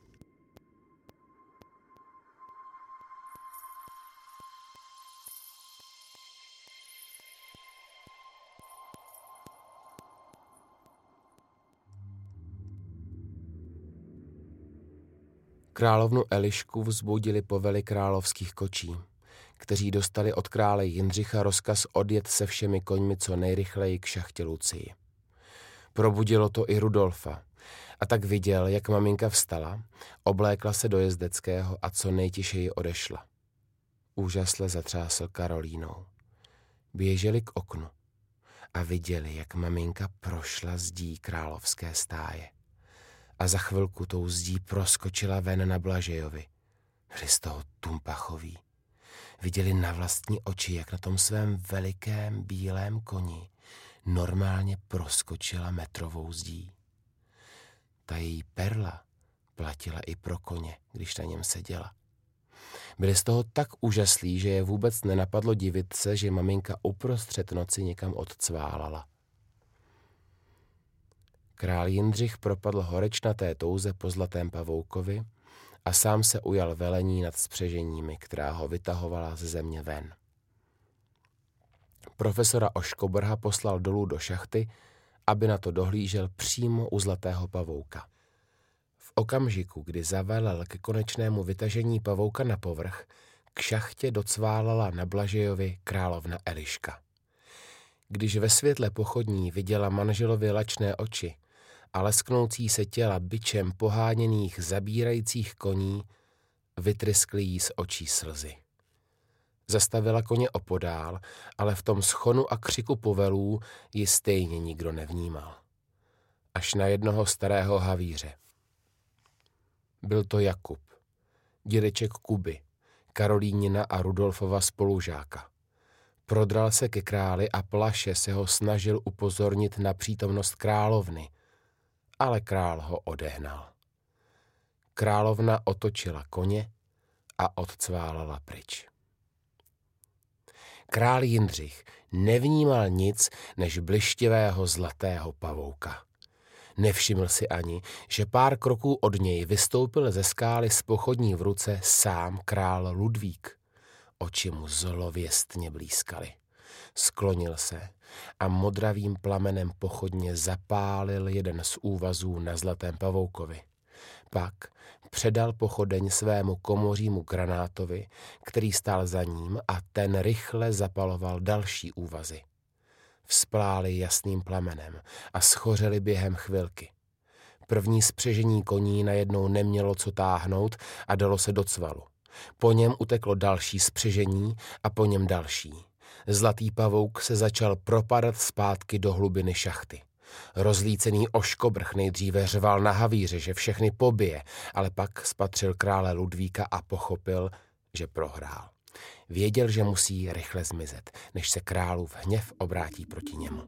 Královnu Elišku vzbudili povely královských kočí, kteří dostali od krále Jindřicha rozkaz odjet se všemi koňmi co nejrychleji k šachtě Lucii. Probudilo to i Rudolfa a tak viděl, jak maminka vstala, oblékla se do jezdeckého a co nejtišeji odešla. Úžasle zatřásl Karolínou. Běželi k oknu a viděli, jak maminka prošla zdí královské stáje. A za chvilku tou zdí proskočila ven na Blažejovi. Byli z toho tumpachoví. Viděli na vlastní oči, jak na tom svém velikém bílém koni normálně proskočila metrovou zdí. Ta její perla platila i pro koně, když na něm seděla. Byli z toho tak úžaslí, že je vůbec nenapadlo divit se, že maminka uprostřed noci někam odcválala. Král Jindřich propadl horečnaté touze po zlatém pavoukovi a sám se ujal velení nad spřeženími, která ho vytahovala ze země ven. Profesora Oškobrha poslal dolů do šachty, aby na to dohlížel přímo u zlatého pavouka. V okamžiku, kdy zavelel ke konečnému vytažení pavouka na povrch, k šachtě docválala na Blažejovi královna Eliška. Když ve světle pochodní viděla manželovi lačné oči a lesknoucí se těla bičem poháněných zabírajících koní, vytryskly jí z očí slzy. Zastavila koně opodál, ale v tom schonu a křiku povelů ji stejně nikdo nevnímal. Až na jednoho starého havíře. Byl to Jakub, dědeček Kuby, Karolínina a Rudolfova spolužáka. Prodral se ke králi a plaše se ho snažil upozornit na přítomnost královny, ale král ho odehnal. Královna otočila koně a odcválala pryč. Král Jindřich nevnímal nic než blištivého zlatého pavouka. Nevšiml si ani, že pár kroků od něj vystoupil ze skály s pochodní v ruce sám král Ludvík. Oči mu zlověstně blýskaly. Sklonil se a modravým plamenem pochodně zapálil jeden z úvazů na zlatém pavoukovi. Pak předal pochodeň svému komořímu granátovi, který stál za ním, a ten rychle zapaloval další úvazy. Vzplály jasným plamenem a schořely během chvilky. První spřežení koní najednou nemělo co táhnout a dalo se do cvalu. Po něm uteklo další spřežení a po něm další. Zlatý pavouk se začal propadat zpátky do hlubiny šachty. Rozlícený Oškobrh nejdříve řval na havíře, že všechny pobije, ale pak spatřil krále Ludvíka a pochopil, že prohrál. Věděl, že musí rychle zmizet, než se králův hněv obrátí proti němu.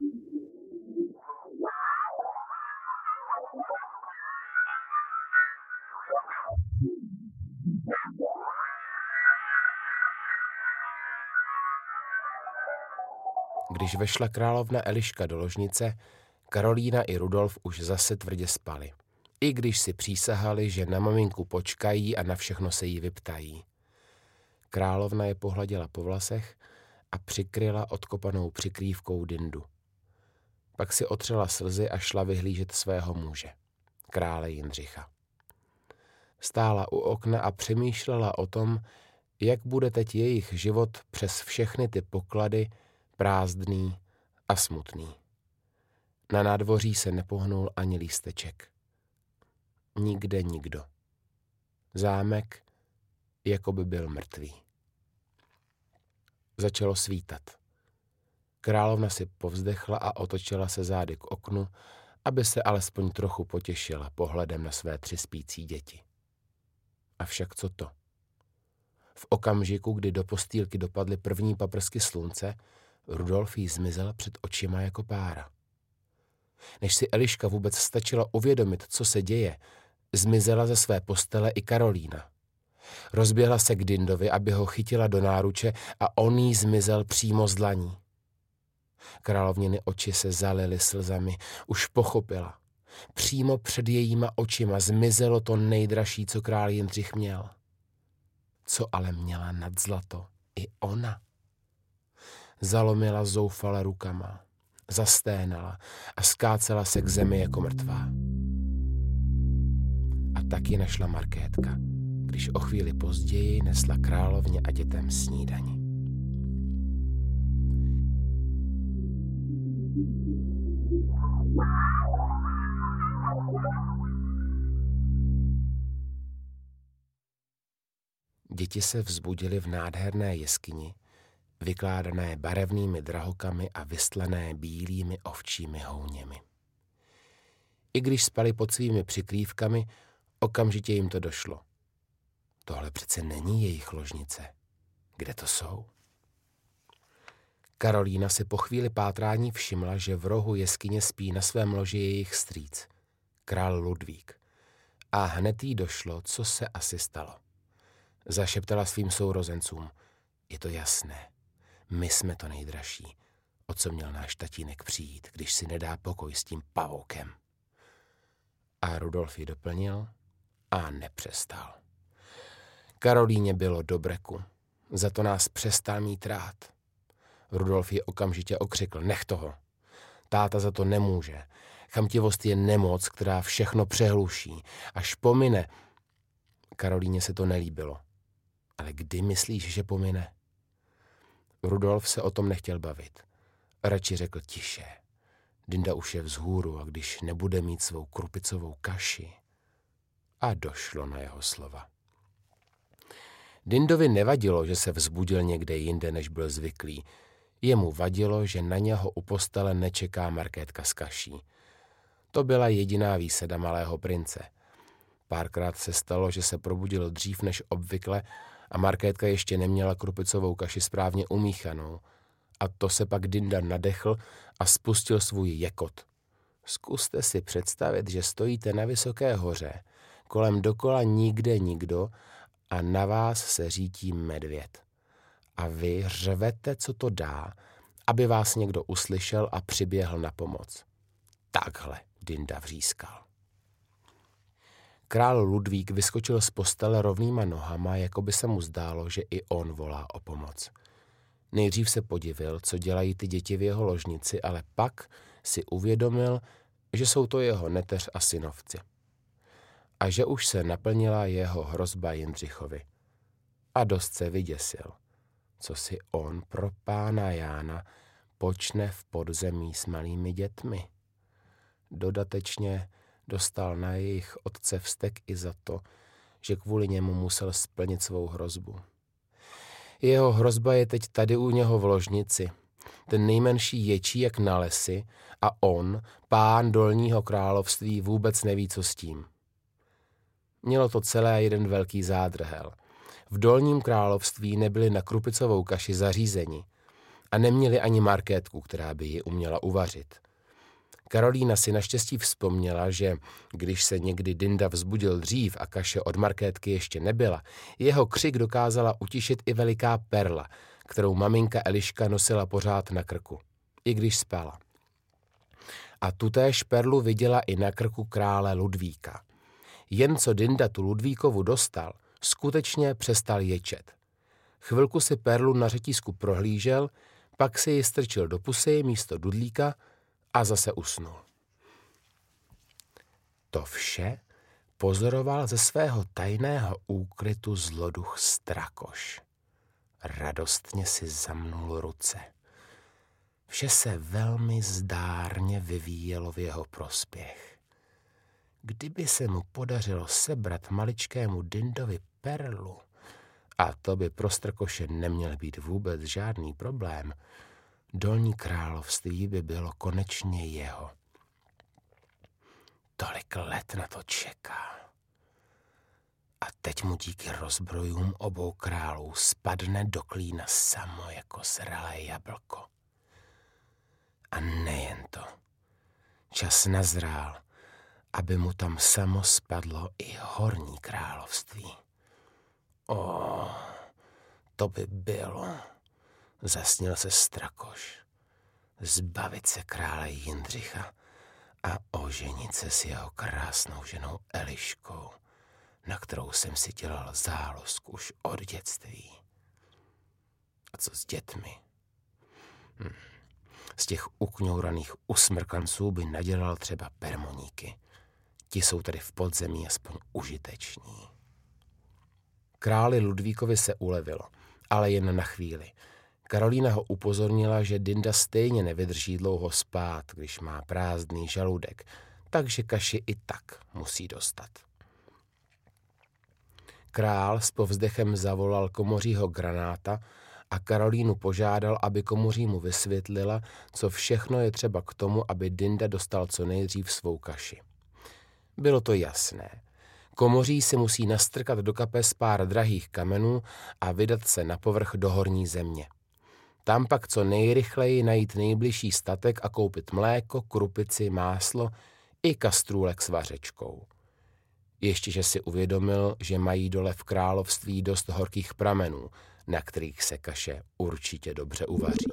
Když vešla královna Eliška do ložnice, Karolína i Rudolf už zase tvrdě spali. I když si přísahali, že na maminku počkají a na všechno se jí vyptají. Královna je pohladila po vlasech a přikryla odkopanou přikrývkou dyndu. Pak si otřela slzy a šla vyhlížet svého muže, krále Jindřicha. Stála u okna a přemýšlela o tom, jak bude teď jejich život přes všechny ty poklady prázdný a smutný. Na nádvoří se nepohnul ani lísteček. Nikde nikdo. Zámek jako by byl mrtvý. Začalo svítat. Královna si povzdechla a otočila se zády k oknu, aby se alespoň trochu potěšila pohledem na své 3 spící děti. Avšak co to? V okamžiku, kdy do postýlky dopadly první paprsky slunce, Rudolf jí zmizel před očima jako pára. Než si Eliška vůbec stačila uvědomit, co se děje, zmizela ze své postele i Karolína. Rozběhla se k Dindovi, aby ho chytila do náruče a on jí zmizel přímo z dlaní. Královniny oči se zalily slzami, už pochopila. Přímo před jejíma očima zmizelo to nejdražší, co král Jindřich měl. Co ale měla nad zlato i ona? Zalomila zoufale rukama, zasténala a skácela se k zemi jako mrtvá. A tak ji našla Markétka, když o chvíli později nesla královně a dětem snídani. Děti se vzbudily v nádherné jeskyni, vykládané barevnými drahokami a vystlané bílými ovčími houněmi. I když spali pod svými přikrývkami, okamžitě jim to došlo. Tohle přece není jejich ložnice. Kde to jsou? Karolína si po chvíli pátrání všimla, že v rohu jeskyně spí na svém loži jejich strýc, král Ludvík. A hned jí došlo, co se asi stalo. Zašeptala svým sourozencům. Je to jasné. My jsme to nejdražší, o co měl náš tatínek přijít, když si nedá pokoj s tím pavoukem. A Rudolf ji doplnil a nepřestal. Karolíně bylo do breku. Za to nás přestal mít rád. Rudolf ji okamžitě okřikl. Nech toho. Táta za to nemůže. Chamtivost je nemoc, která všechno přehluší. Až pomine. Karolíně se to nelíbilo. Ale kdy myslíš, že pomine? Rudolf se o tom nechtěl bavit. Radši řekl tiše. Dinda už je vzhůru a když nebude mít svou krupicovou kaši. A došlo na jeho slova. Dindovi nevadilo, že se vzbudil někde jinde, než byl zvyklý. Jemu vadilo, že na něho u postele nečeká Markétka s kaší. To byla jediná výsada malého prince. Párkrát se stalo, že se probudil dřív než obvykle a Markétka ještě neměla krupicovou kaši správně umíchanou. A to se pak Dinda nadechl a spustil svůj jekot. Zkuste si představit, že stojíte na vysoké hoře, kolem dokola nikde nikdo a na vás se řítí medvěd. A vy řvete, co to dá, aby vás někdo uslyšel a přiběhl na pomoc. Takhle Dinda vřískal. Král Ludvík vyskočil z postele rovnýma nohama, jako by se mu zdálo, že i on volá o pomoc. Nejdřív se podivil, co dělají ty děti v jeho ložnici, ale pak si uvědomil, že jsou to jeho neteř a synovci. A že už se naplnila jeho hrozba Jindřichovi. A dost se vyděsil, co si on pro pána Jána počne v podzemí s malými dětmi. Dodatečně dostal na jejich otce vztek i za to, že kvůli němu musel splnit svou hrozbu. Jeho hrozba je teď tady u něho v ložnici. Ten nejmenší ječí jak na lesy a on, pán Dolního království, vůbec neví, co s tím. Mělo to celé jeden velký zádrhel. V Dolním království nebyli na krupicovou kaši zařízeni a neměli ani Markétku, která by ji uměla uvařit. Karolína si naštěstí vzpomněla, že když se někdy Dinda vzbudil dřív a kaše od Markétky ještě nebyla, jeho křik dokázala utišit i veliká perla, kterou maminka Eliška nosila pořád na krku, i když spala. A tutéž perlu viděla i na krku krále Ludvíka. Jen co Dinda tu Ludvíkovu dostal, skutečně přestal ječet. Chvilku si perlu na řetízku prohlížel, pak si ji strčil do pusy místo dudlíka a zase usnul. To vše pozoroval ze svého tajného úkrytu zloduch Strakoš. Radostně si zamnul ruce. Vše se velmi zdárně vyvíjelo v jeho prospěch. Kdyby se mu podařilo sebrat maličkému Dindovi perlu, a to by pro Strakoše neměl být vůbec žádný problém, Dolní království by bylo konečně jeho. Tolik let na to čeká. A teď mu díky rozbrojům obou králů spadne do klína samo jako zralé jablko. A nejen to. Čas nazrál, aby mu tam samo spadlo i Horní království. To by bylo, zasnil se Strakoš, zbavit se krále Jindřicha a oženit se s jeho krásnou ženou Eliškou, na kterou jsem si dělal záluzku už od dětství. A co s dětmi? Z těch ukňouraných usmrkanců by nadělal třeba permoníky. Ti jsou tady v podzemí aspoň užiteční. Králi Ludvíkovi se ulevilo, ale jen na chvíli. Karolína ho upozornila, že Dinda stejně nevydrží dlouho spát, když má prázdný žaludek, takže kaši i tak musí dostat. Král s povzdechem zavolal komořího Granáta a Karolínu požádal, aby komoří mu vysvětlila, co všechno je třeba k tomu, aby Dinda dostal co nejdřív svou kaši. Bylo to jasné. Komoří si musí nastrkat do kapes pár drahých kamenů a vydat se na povrch do Horní země. Tam pak co nejrychleji najít nejbližší statek a koupit mléko, krupici, máslo i kastrůlek s vařečkou. Ještě že si uvědomil, že mají dole v království dost horkých pramenů, na kterých se kaše určitě dobře uvaří.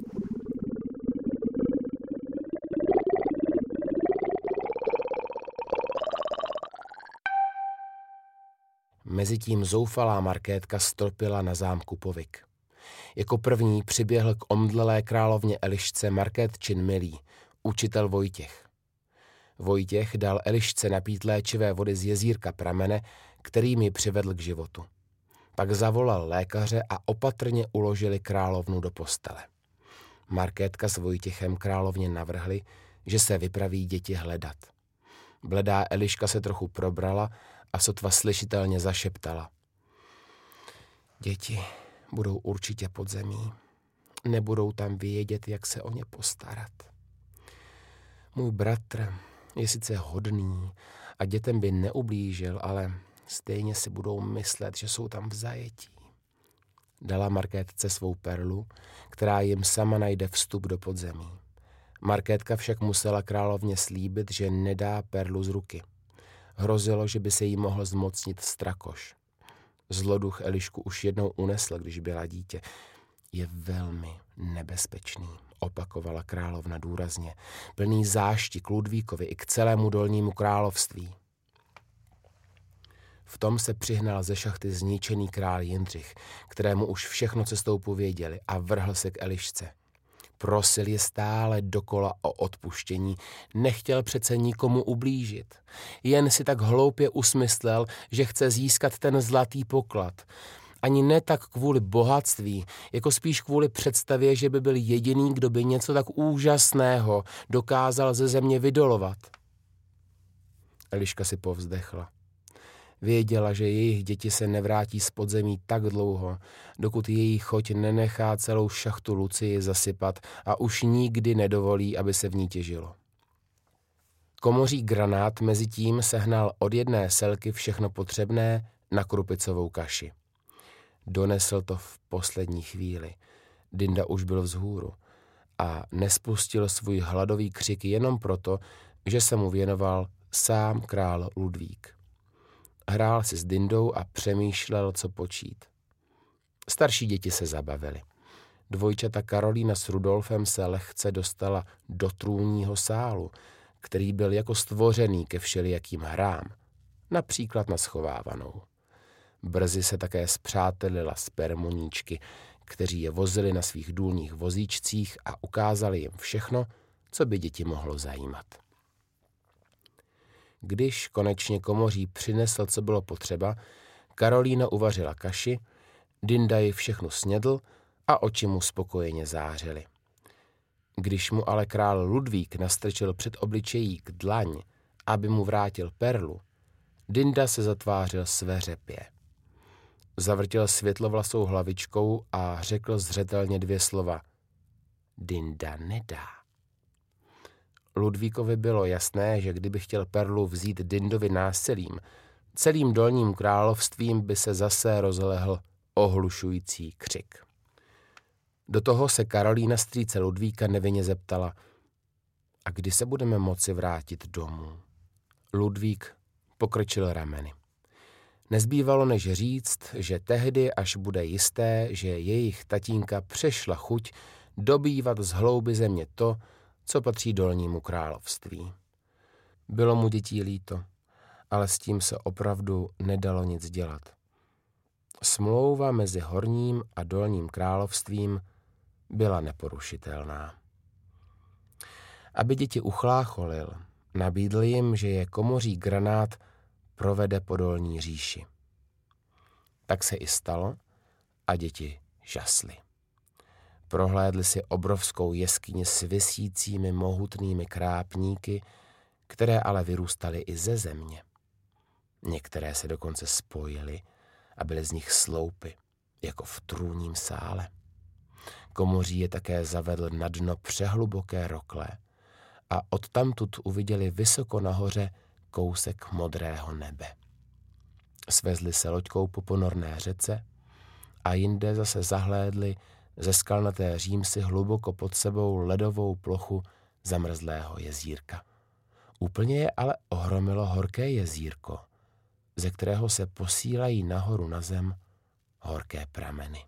Mezitím zoufalá Markétka stropila na zámku Povyk. Jako první přiběhl k omdlelé královně Elišce Markétčin milý, učitel Vojtěch. Vojtěch dal Elišce napít léčivé vody z jezírka pramene, který mi přivedl k životu. Pak zavolal lékaře a opatrně uložili královnu do postele. Markétka s Vojtěchem královně navrhli, že se vypraví děti hledat. Bledá Eliška se trochu probrala a sotva slyšitelně zašeptala. Děti budou určitě pod zemí. Nebudou tam vědět, jak se o ně postarat. Můj bratr je sice hodný a dětem by neublížil, ale stejně si budou myslet, že jsou tam v zajetí. Dala Markétce svou perlu, která jim sama najde vstup do podzemí. Markétka však musela královně slíbit, že nedá perlu z ruky. Hrozilo, že by se jí mohl zmocnit Strakoš. Zloduch Elišku už jednou unesl, když byla dítě. Je velmi nebezpečný, opakovala královna důrazně, plný zášti k Ludvíkovi i k celému Dolnímu království. V tom se přihnal ze šachty zničený král Jindřich, kterému už všechno cestou pověděli, a vrhl se k Elišce. Prosil je stále dokola o odpuštění, nechtěl přece nikomu ublížit. Jen si tak hloupě usmyslel, že chce získat ten zlatý poklad. Ani ne tak kvůli bohatství, jako spíš kvůli představě, že by byl jediný, kdo by něco tak úžasného dokázal ze země vydolovat. Eliška si povzdechla. Věděla, že jejich děti se nevrátí z podzemí tak dlouho, dokud její choť nenechá celou šachtu Lucii zasypat a už nikdy nedovolí, aby se v ní těžilo. Komoří Granát mezitím sehnal od jedné selky všechno potřebné na krupicovou kaši. Donesl to v poslední chvíli. Dinda už byl vzhůru a nespustil svůj hladový křik jenom proto, že se mu věnoval sám král Ludvík. Hrál si s Dindou a přemýšlel, co počít. Starší děti se zabavily. Dvojčata Karolína s Rudolfem se lehce dostala do trůnního sálu, který byl jako stvořený ke všelijakým hrám, například na schovávanou. Brzy se také spřátelila s permoníčky, kteří je vozili na svých důlních vozíčcích a ukázali jim všechno, co by děti mohlo zajímat. Když konečně komoří přinesl, co bylo potřeba, Karolína uvařila kaši, Dinda ji všechno snědl a oči mu spokojeně zářily. Když mu ale král Ludvík nastrčil před obličejík dlaň, aby mu vrátil perlu, Dinda se zatvářil sveřepě. Zavrtěl světlovlasou hlavičkou a řekl zřetelně 2 slova. Dinda nedá. Ludvíkovi bylo jasné, že kdyby chtěl perlu vzít Dindovi násilím, celým Dolním královstvím by se zase rozlehl ohlušující křik. Do toho se Karolína strýce Ludvíka nevinně zeptala, a kdy se budeme moci vrátit domů? Ludvík pokrčil rameny. Nezbývalo než říct, že tehdy, až bude jisté, že jejich tatínka přešla chuť dobývat z hlouby země to, co patří Dolnímu království. Bylo mu dětí líto, ale s tím se opravdu nedalo nic dělat. Smlouva mezi Horním a Dolním královstvím byla neporušitelná. Aby děti uchlácholil, nabídl jim, že je komoří Granát provede po Dolní říši. Tak se i stalo a děti žasly. Prohlédli si obrovskou jeskyni s visícími mohutnými krápníky, které ale vyrůstaly i ze země. Některé se dokonce spojily a byly z nich sloupy, jako v trůním sále. Komoří je také zavedl na dno přehluboké rokle a odtamtud uviděli vysoko nahoře kousek modrého nebe. Svezli se loďkou po ponorné řece a jinde zase zahlédli ze skalnaté římsy hluboko pod sebou ledovou plochu zamrzlého jezírka. Úplně je ale ohromilo horké jezírko, ze kterého se posílají nahoru na zem horké prameny.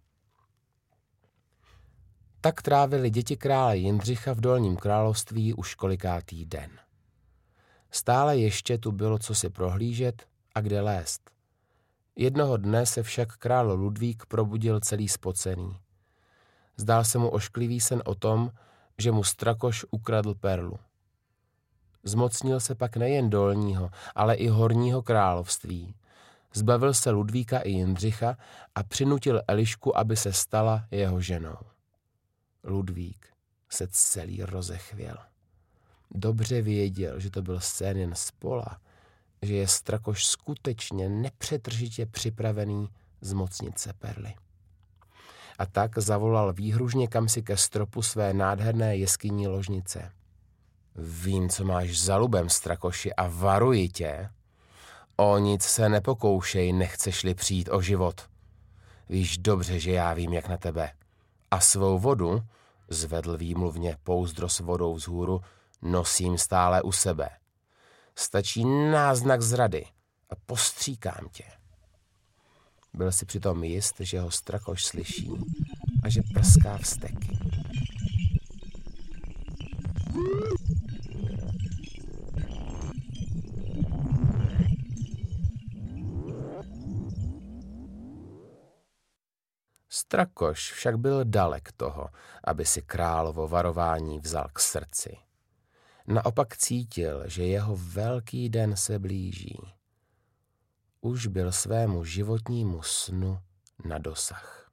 Tak trávili děti krále Jindřicha v Dolním království už kolikátý den. Stále ještě tu bylo co si prohlížet a kde lézt. Jednoho dne se však král Ludvík probudil celý spocený. Zdál se mu ošklivý sen o tom, že mu Strakoš ukradl perlu. Zmocnil se pak nejen Dolního, ale i Horního království. Zbavil se Ludvíka i Jindřicha a přinutil Elišku, aby se stala jeho ženou. Ludvík se celý rozechvěl. Dobře věděl, že to byl sen jen z pola, že je Strakoš skutečně nepřetržitě připravený zmocnit se perly. A tak zavolal výhružně kamsi ke stropu své nádherné jeskyní ložnice. Vím, co máš za lubem, Strakoši, a varuji tě. O nic se nepokoušej, nechceš-li přijít o život. Víš dobře, že já vím, jak na tebe. A svou vodu, zvedl výmluvně pouzdro s vodou vzhůru, nosím stále u sebe. Stačí náznak zrady a postříkám tě. Byl si přitom jist, že ho Strakoš slyší a že prská vzteky. Strakoš však byl dalek toho, aby si královo varování vzal k srdci. Naopak cítil, že jeho velký den se blíží. Už byl svému životnímu snu na dosah.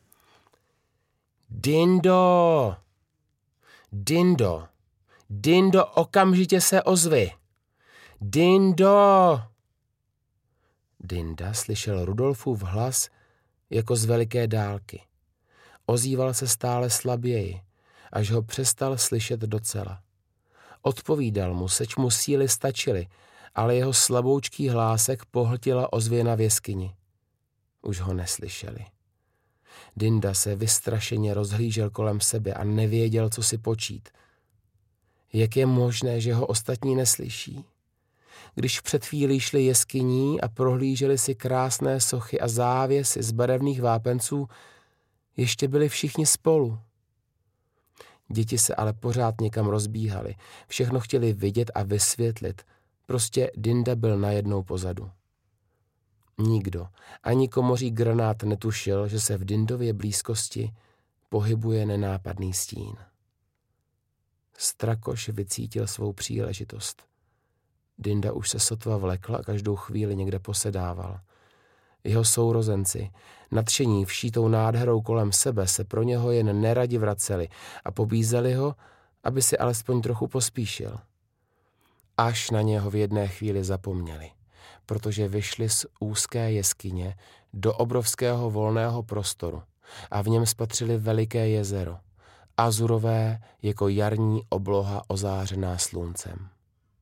Dindo! Dindo! Dindo, okamžitě se ozvi! Dindo! Dinda slyšel Rudolfův hlas jako z veliké dálky. Ozýval se stále slaběji, až ho přestal slyšet docela. Odpovídal mu, seč mu síly stačily, ale jeho slaboučký hlásek pohltila ozvěna v jeskyni. Už ho neslyšeli. Dinda se vystrašeně rozhlížel kolem sebe a nevěděl, co si počít. Jak je možné, že ho ostatní neslyší? Když před chvílí šli jeskyní a prohlíželi si krásné sochy a závěsy z barevných vápenců, ještě byli všichni spolu. Děti se ale pořád někam rozbíhaly. Všechno chtěli vidět a vysvětlit. Prostě Dinda byl najednou pozadu. Nikdo, ani komoří Granát netušil, že se v Dindově blízkosti pohybuje nenápadný stín. Strakoš vycítil svou příležitost. Dinda už se sotva vlekl a každou chvíli někde posedával. Jeho sourozenci, nadšení všítou nádherou kolem sebe, se pro něho jen neradi vraceli a pobízeli ho, aby si alespoň trochu pospíšil. Až na něho v jedné chvíli zapomněli, protože vyšli z úzké jeskyně do obrovského volného prostoru a v něm spatřili veliké jezero, azurové jako jarní obloha ozářená sluncem.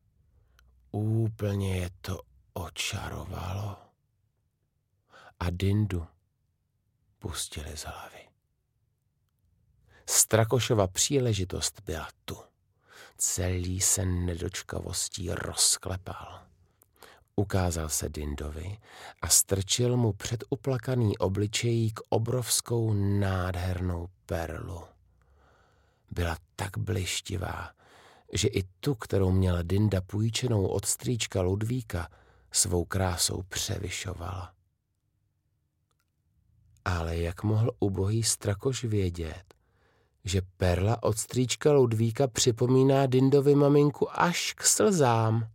Úplně je to očarovalo. A Dindu pustili z hlavy. Strakošova příležitost byla tu. Celý se nedočkavostí rozklepal. Ukázal se Dindovi a strčil mu před uplakaný obličejík obrovskou nádhernou perlu. Byla tak blištivá, že i tu, kterou měla Dinda půjčenou od strýčka Ludvíka, svou krásou převyšovala. Ale jak mohl ubohý Strakoš vědět, že perla od strýčka Ludvíka připomíná Dindovi maminku až k slzám?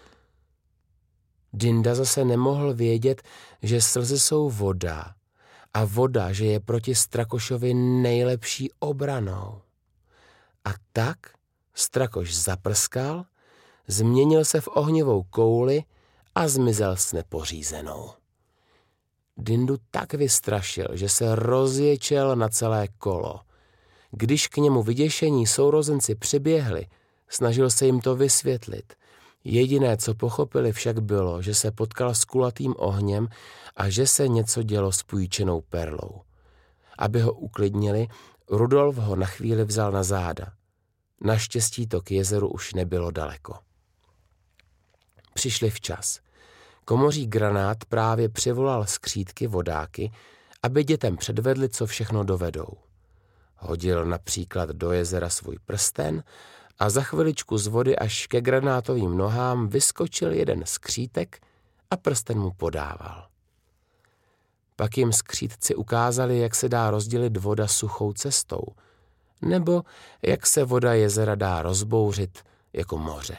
Dinda zase nemohl vědět, že slzy jsou voda a voda, že je proti Strakošovi nejlepší obranou. A tak Strakoš zaprskal, změnil se v ohnivou kouli a zmizel s nepořízenou. Dindu tak vystrašil, že se rozječel na celé kolo. Když k němu vyděšení sourozenci přiběhli, snažil se jim to vysvětlit. Jediné, co pochopili, však bylo, že se potkal s kulatým ohněm a že se něco dělo s půjčenou perlou. Aby ho uklidnili, Rudolf ho na chvíli vzal na záda. Naštěstí to k jezeru už nebylo daleko. Přišli včas. Komoří Granát právě přivolal skřídky vodáky, aby dětem předvedli, co všechno dovedou. Hodil například do jezera svůj prsten a za chviličku z vody až ke Granátovým nohám vyskočil jeden skřítek a prsten mu podával. Pak jim skřítci ukázali, jak se dá rozdělit voda suchou cestou, nebo jak se voda jezera dá rozbouřit jako moře.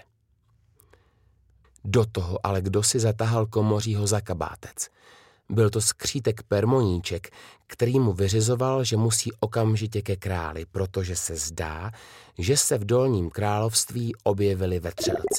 Do toho ale kdo si zatahal Komořího za kabátec. Byl to skřítek Permoníček, který mu vyřizoval, že musí okamžitě ke králi, protože se zdá, že se v Dolním království objevili vetřelci.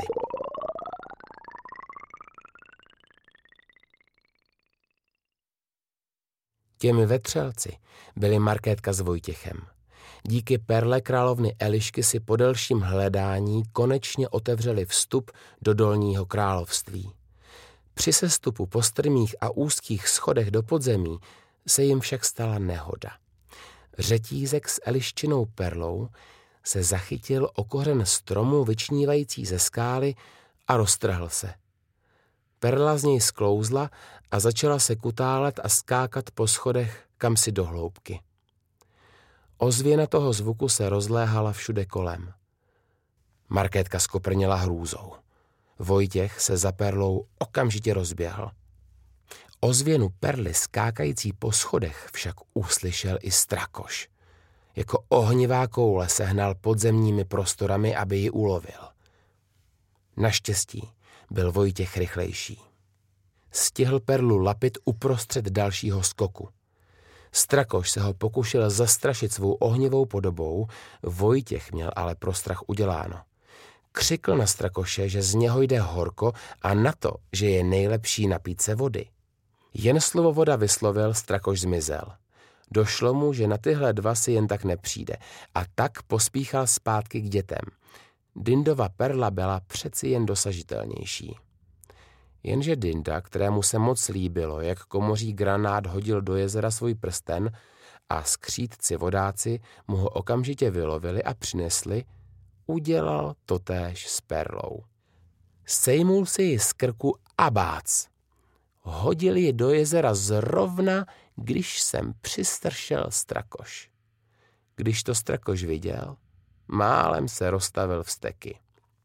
Těmi vetřelci byli Markétka s Vojtěchem. Díky perle královny Elišky si po delším hledání konečně otevřeli vstup do Dolního království. Při sestupu po strmých a úzkých schodech do podzemí se jim však stala nehoda. Řetízek s Eliščinou perlou se zachytil o kořen stromu vyčnívající ze skály a roztrhl se. Perla z něj sklouzla a začala se kutálet a skákat po schodech kamsi do hloubky. Ozvěna toho zvuku se rozléhala všude kolem. Markétka skoprněla hrůzou. Vojtěch se za perlou okamžitě rozběhl. Ozvěnu perly skákající po schodech však uslyšel i Strakoš. Jako ohnivá koule se hnal podzemními prostorami, aby ji ulovil. Naštěstí byl Vojtěch rychlejší. Stihl perlu lapit uprostřed dalšího skoku. Strakoš se ho pokušil zastrašit svou ohnivou podobou, Vojtěch měl ale pro strach uděláno. Křikl na Strakoše, že z něho jde horko a na to, že je nejlepší napít se vody. Jen slovo voda vyslovil, Strakoš zmizel. Došlo mu, že na tyhle dva si jen tak nepřijde a tak pospíchal zpátky k dětem. Dindova perla byla přeci jen dosažitelnější. Jenže Dinda, kterému se moc líbilo, jak Komoří Granát hodil do jezera svůj prsten a skřítci vodáci mu ho okamžitě vylovili a přinesli, udělal totéž s perlou. Sejmul si ji z krku a bác. Hodil ji do jezera zrovna, když sem přistršel Strakoš. Když to Strakoš viděl, málem se roztavil vzteky.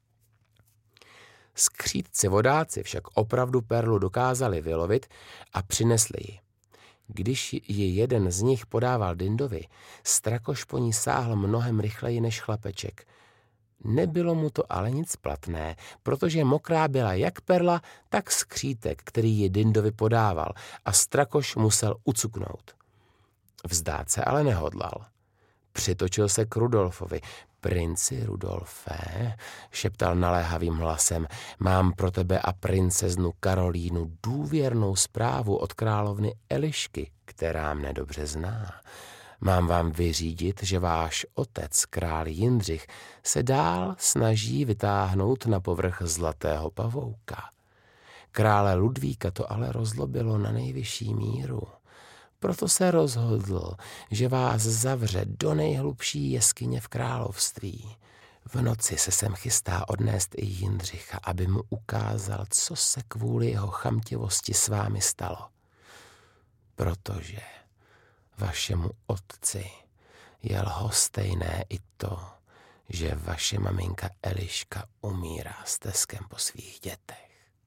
Skřítci vodáci však opravdu perlu dokázali vylovit a přinesli ji. Když ji jeden z nich podával Dindovi, Strakoš po ní sáhl mnohem rychleji než chlapeček. Nebylo mu to ale nic platné, protože mokrá byla jak perla, tak skřítek, který ji Dindovi podával, a Strakoš musel ucuknout. Vzdát se ale nehodlal. Přitočil se k Rudolfovi. Princi Rudolfe, šeptal naléhavým hlasem, mám pro tebe a princeznu Karolínu důvěrnou zprávu od královny Elišky, která mne dobře zná. Mám vám vyřídit, že váš otec, král Jindřich, se dál snaží vytáhnout na povrch zlatého pavouka. Krále Ludvíka to ale rozlobilo na nejvyšší míru. Proto se rozhodl, že vás zavře do nejhlubší jeskyně v království. V noci se sem chystá odnést i Jindřicha, aby mu ukázal, co se kvůli jeho chamtivosti s vámi stalo. Protože vašemu otci je lhostejné i to, že vaše maminka Eliška umírá steskem po svých dětech.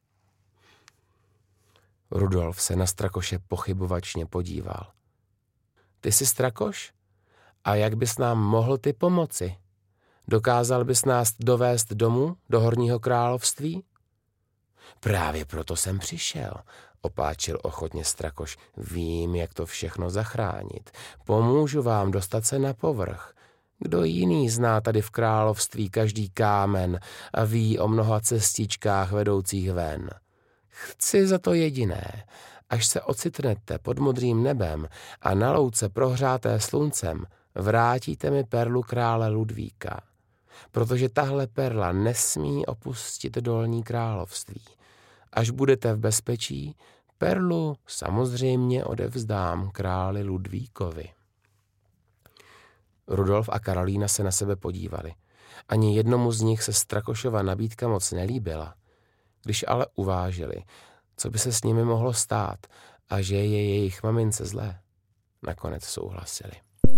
Rudolf se na Strakoše pochybovačně podíval. Ty jsi Strakoš? A jak bys nám mohl ty pomoci? Dokázal bys nás dovést domů, do Horního království? Právě proto jsem přišel, opáčil ochotně Strakoš. Vím, jak to všechno zachránit. Pomůžu vám dostat se na povrch. Kdo jiný zná tady v království každý kámen a ví o mnoha cestičkách vedoucích ven? Chci za to jediné, až se ocitnete pod modrým nebem a na louce prohřáté sluncem, vrátíte mi perlu krále Ludvíka, protože tahle perla nesmí opustit Dolní království. Až budete v bezpečí, perlu samozřejmě odevzdám králi Ludvíkovi. Rudolf a Karolína se na sebe podívali. Ani jednomu z nich se Strakošova nabídka moc nelíbila. Když ale uvážili, co by se s nimi mohlo stát a že je jejich mamince zlé, nakonec souhlasili.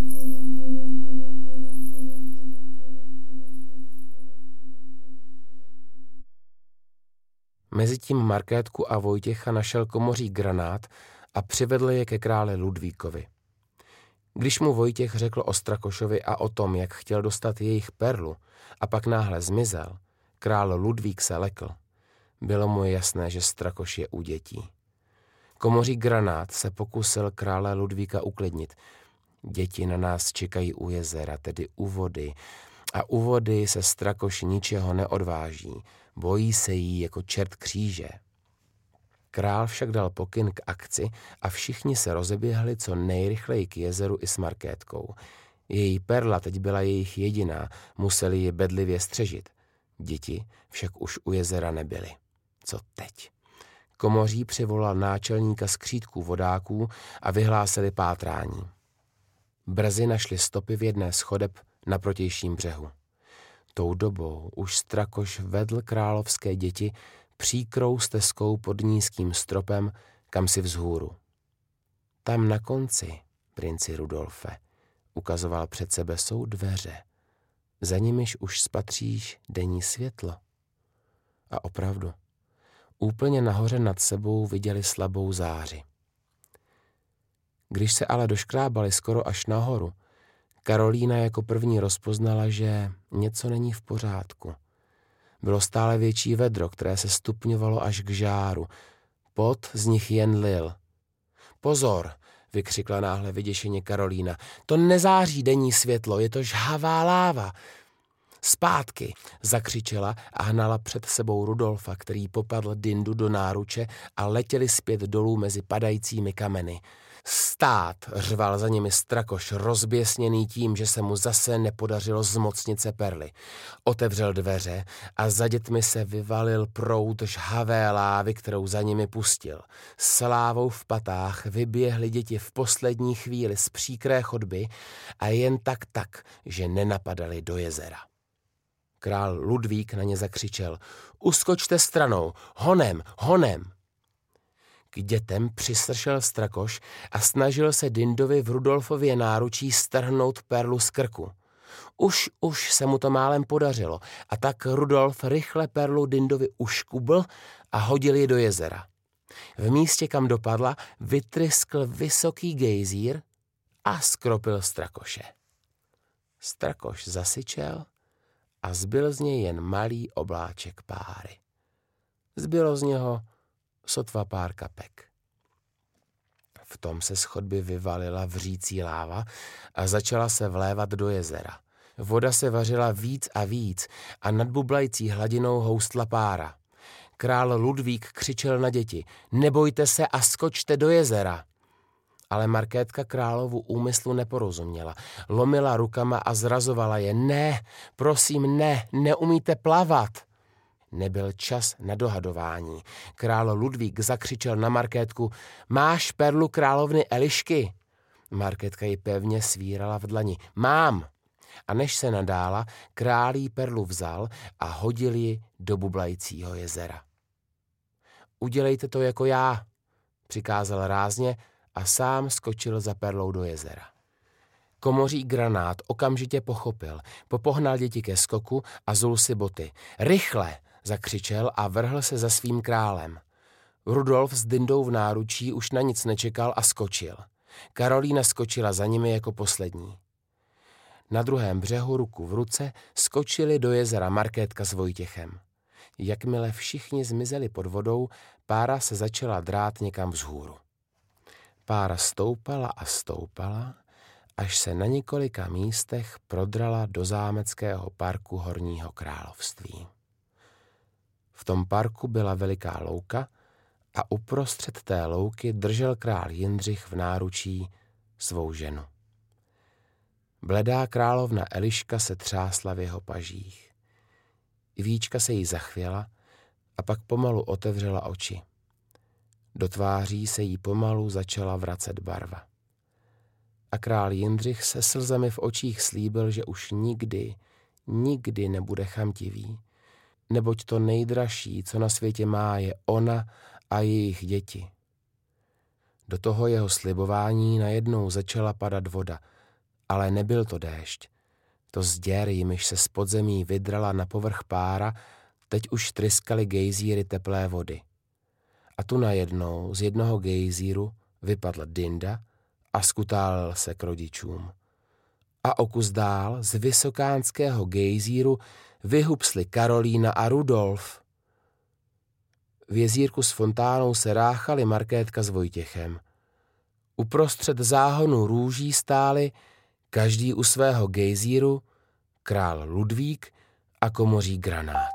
Mezitím Markétku a Vojtěcha našel komoří Granát a přivedl je ke králi Ludvíkovi. Když mu Vojtěch řekl o Strakošovi a o tom, jak chtěl dostat jejich perlu, a pak náhle zmizel, král Ludvík se lekl. Bylo mu jasné, že Strakoš je u dětí. Komoří Granát se pokusil krále Ludvíka uklidnit. Děti na nás čekají u jezera, tedy u vody, a u vody se Strakoš ničeho neodváží. Bojí se jí jako čert kříže. Král však dal pokyn k akci a všichni se rozeběhli co nejrychleji k jezeru i s Markétkou. Její perla teď byla jejich jediná, museli ji bedlivě střežit. Děti však už u jezera nebyly. Co teď? Komoří přivolal náčelníka skřítků vodáků a vyhlásili pátrání. Brzy našli stopy v jedné z chodeb na protějším břehu. Tou dobou už Strakoš vedl královské děti příkrou stezkou pod nízkým stropem kam si vzhůru. Tam na konci, princi Rudolfe, ukazoval před sebe, jsou dveře. Za nimiž už spatříš denní světlo. A opravdu, úplně nahoře nad sebou viděli slabou záři. Když se ale doškrábali skoro až nahoru, Karolína jako první rozpoznala, že něco není v pořádku. Bylo stále větší vedro, které se stupňovalo až k žáru. Pot z nich jen lil. Pozor, vykřikla náhle vyděšeně Karolína. To nezáří denní světlo, je to žhavá láva. Zpátky, zakřičela a hnala před sebou Rudolfa, který popadl Dindu do náruče a letěli zpět dolů mezi padajícími kameny. Stát, řval za nimi Strakoš, rozběsněný tím, že se mu zase nepodařilo zmocnit se perly. Otevřel dveře a za dětmi se vyvalil proud žhavé lávy, kterou za nimi pustil. S lávou v patách vyběhly děti v poslední chvíli z příkré chodby a jen tak, že nenapadali do jezera. Král Ludvík na ně zakřičel. Uskočte stranou, honem, honem! K dětem přistršel Strakoš a snažil se Dindovi v Rudolfově náručí strhnout perlu z krku. Už se mu to málem podařilo a tak Rudolf rychle perlu Dindovi uškubl a hodil ji do jezera. V místě, kam dopadla, vytryskl vysoký gejzír a skropil Strakoše. Strakoš zasyčel a zbyl z něj jen malý obláček páry. Zbylo z něho sotva pár kapek. V tom se z chodby vyvalila vřící láva a začala se vlévat do jezera. Voda se vařila víc a víc a nad bublající hladinou houstla pára. Král Ludvík křičel na děti: nebojte se a skočte do jezera. Ale Markétka královu úmyslu neporozuměla. Lomila rukama a zrazovala je: ne, prosím, ne, neumíte plavat. Nebyl čas na dohadování. Král Ludvík zakřičel na Markétku: máš perlu královny Elišky? Markétka ji pevně svírala v dlani: mám. A než se nadála, král jí perlu vzal a hodil ji do bublajícího jezera. Udělejte to jako já, přikázal rázně a sám skočil za perlou do jezera. Komoří Granát okamžitě pochopil, popohnal děti ke skoku a zul si boty. Rychle, zakřičel a vrhl se za svým králem. Rudolf s Dindou v náručí už na nic nečekal a skočil. Karolína skočila za nimi jako poslední. Na druhém břehu ruku v ruce skočili do jezera Markétka s Vojtěchem. Jakmile všichni zmizeli pod vodou, pára se začala drát někam vzhůru. Pára stoupala a stoupala, až se na několika místech prodrala do zámeckého parku Horního království. V tom parku byla veliká louka a uprostřed té louky držel král Jindřich v náručí svou ženu. Bledá královna Eliška se třásla v jeho pažích. Víčka se jí zachvěla a pak pomalu otevřela oči. Do tváří se jí pomalu začala vracet barva. A král Jindřich se slzami v očích slíbil, že už nikdy nebude chamtivý, neboť to nejdražší, co na světě má, je ona a jejich děti. Do toho jeho slibování najednou začala padat voda, ale nebyl to déšť. To z děr, jimiž se z podzemí vydrala na povrch pára, teď už tryskaly gejzíry teplé vody. A tu najednou z jednoho gejzíru vypadla Dinda a skutálel se k rodičům. A o kus dál z vysokánského gejzíru vyhupsli Karolína a Rudolf. V jezírku s fontánou se ráchali Markétka s Vojtěchem. Uprostřed záhonu růží stáli, každý u svého gejzíru, král Ludvík a komoří Granát.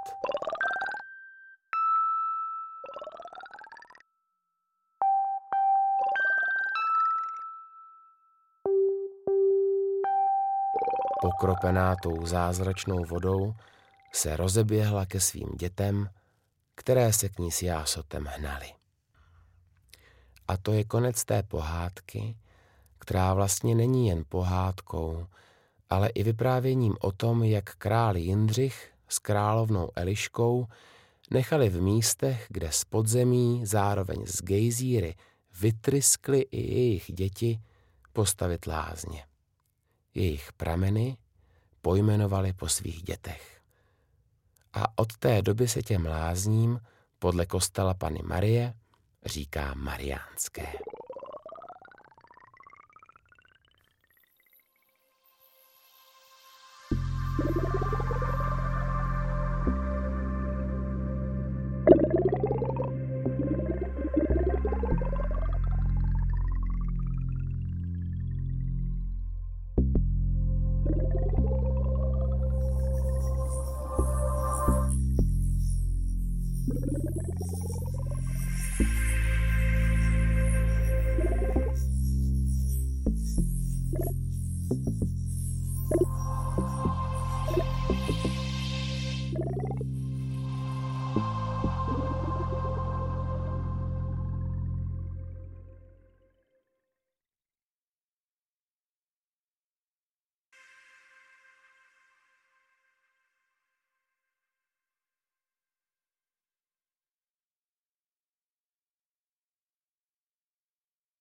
Pokropená tou zázračnou vodou se rozeběhla ke svým dětem, které se k ní s jásotem hnaly. A to je konec té pohádky, která vlastně není jen pohádkou, ale i vyprávěním o tom, jak král Jindřich s královnou Eliškou nechali v místech, kde z podzemí zároveň z gejzíry vytryskly i jejich děti, postavit lázně. Jejich prameny pojmenovali po svých dětech. A od té doby se těm lázním podle kostela Panny Marie říká Mariánské.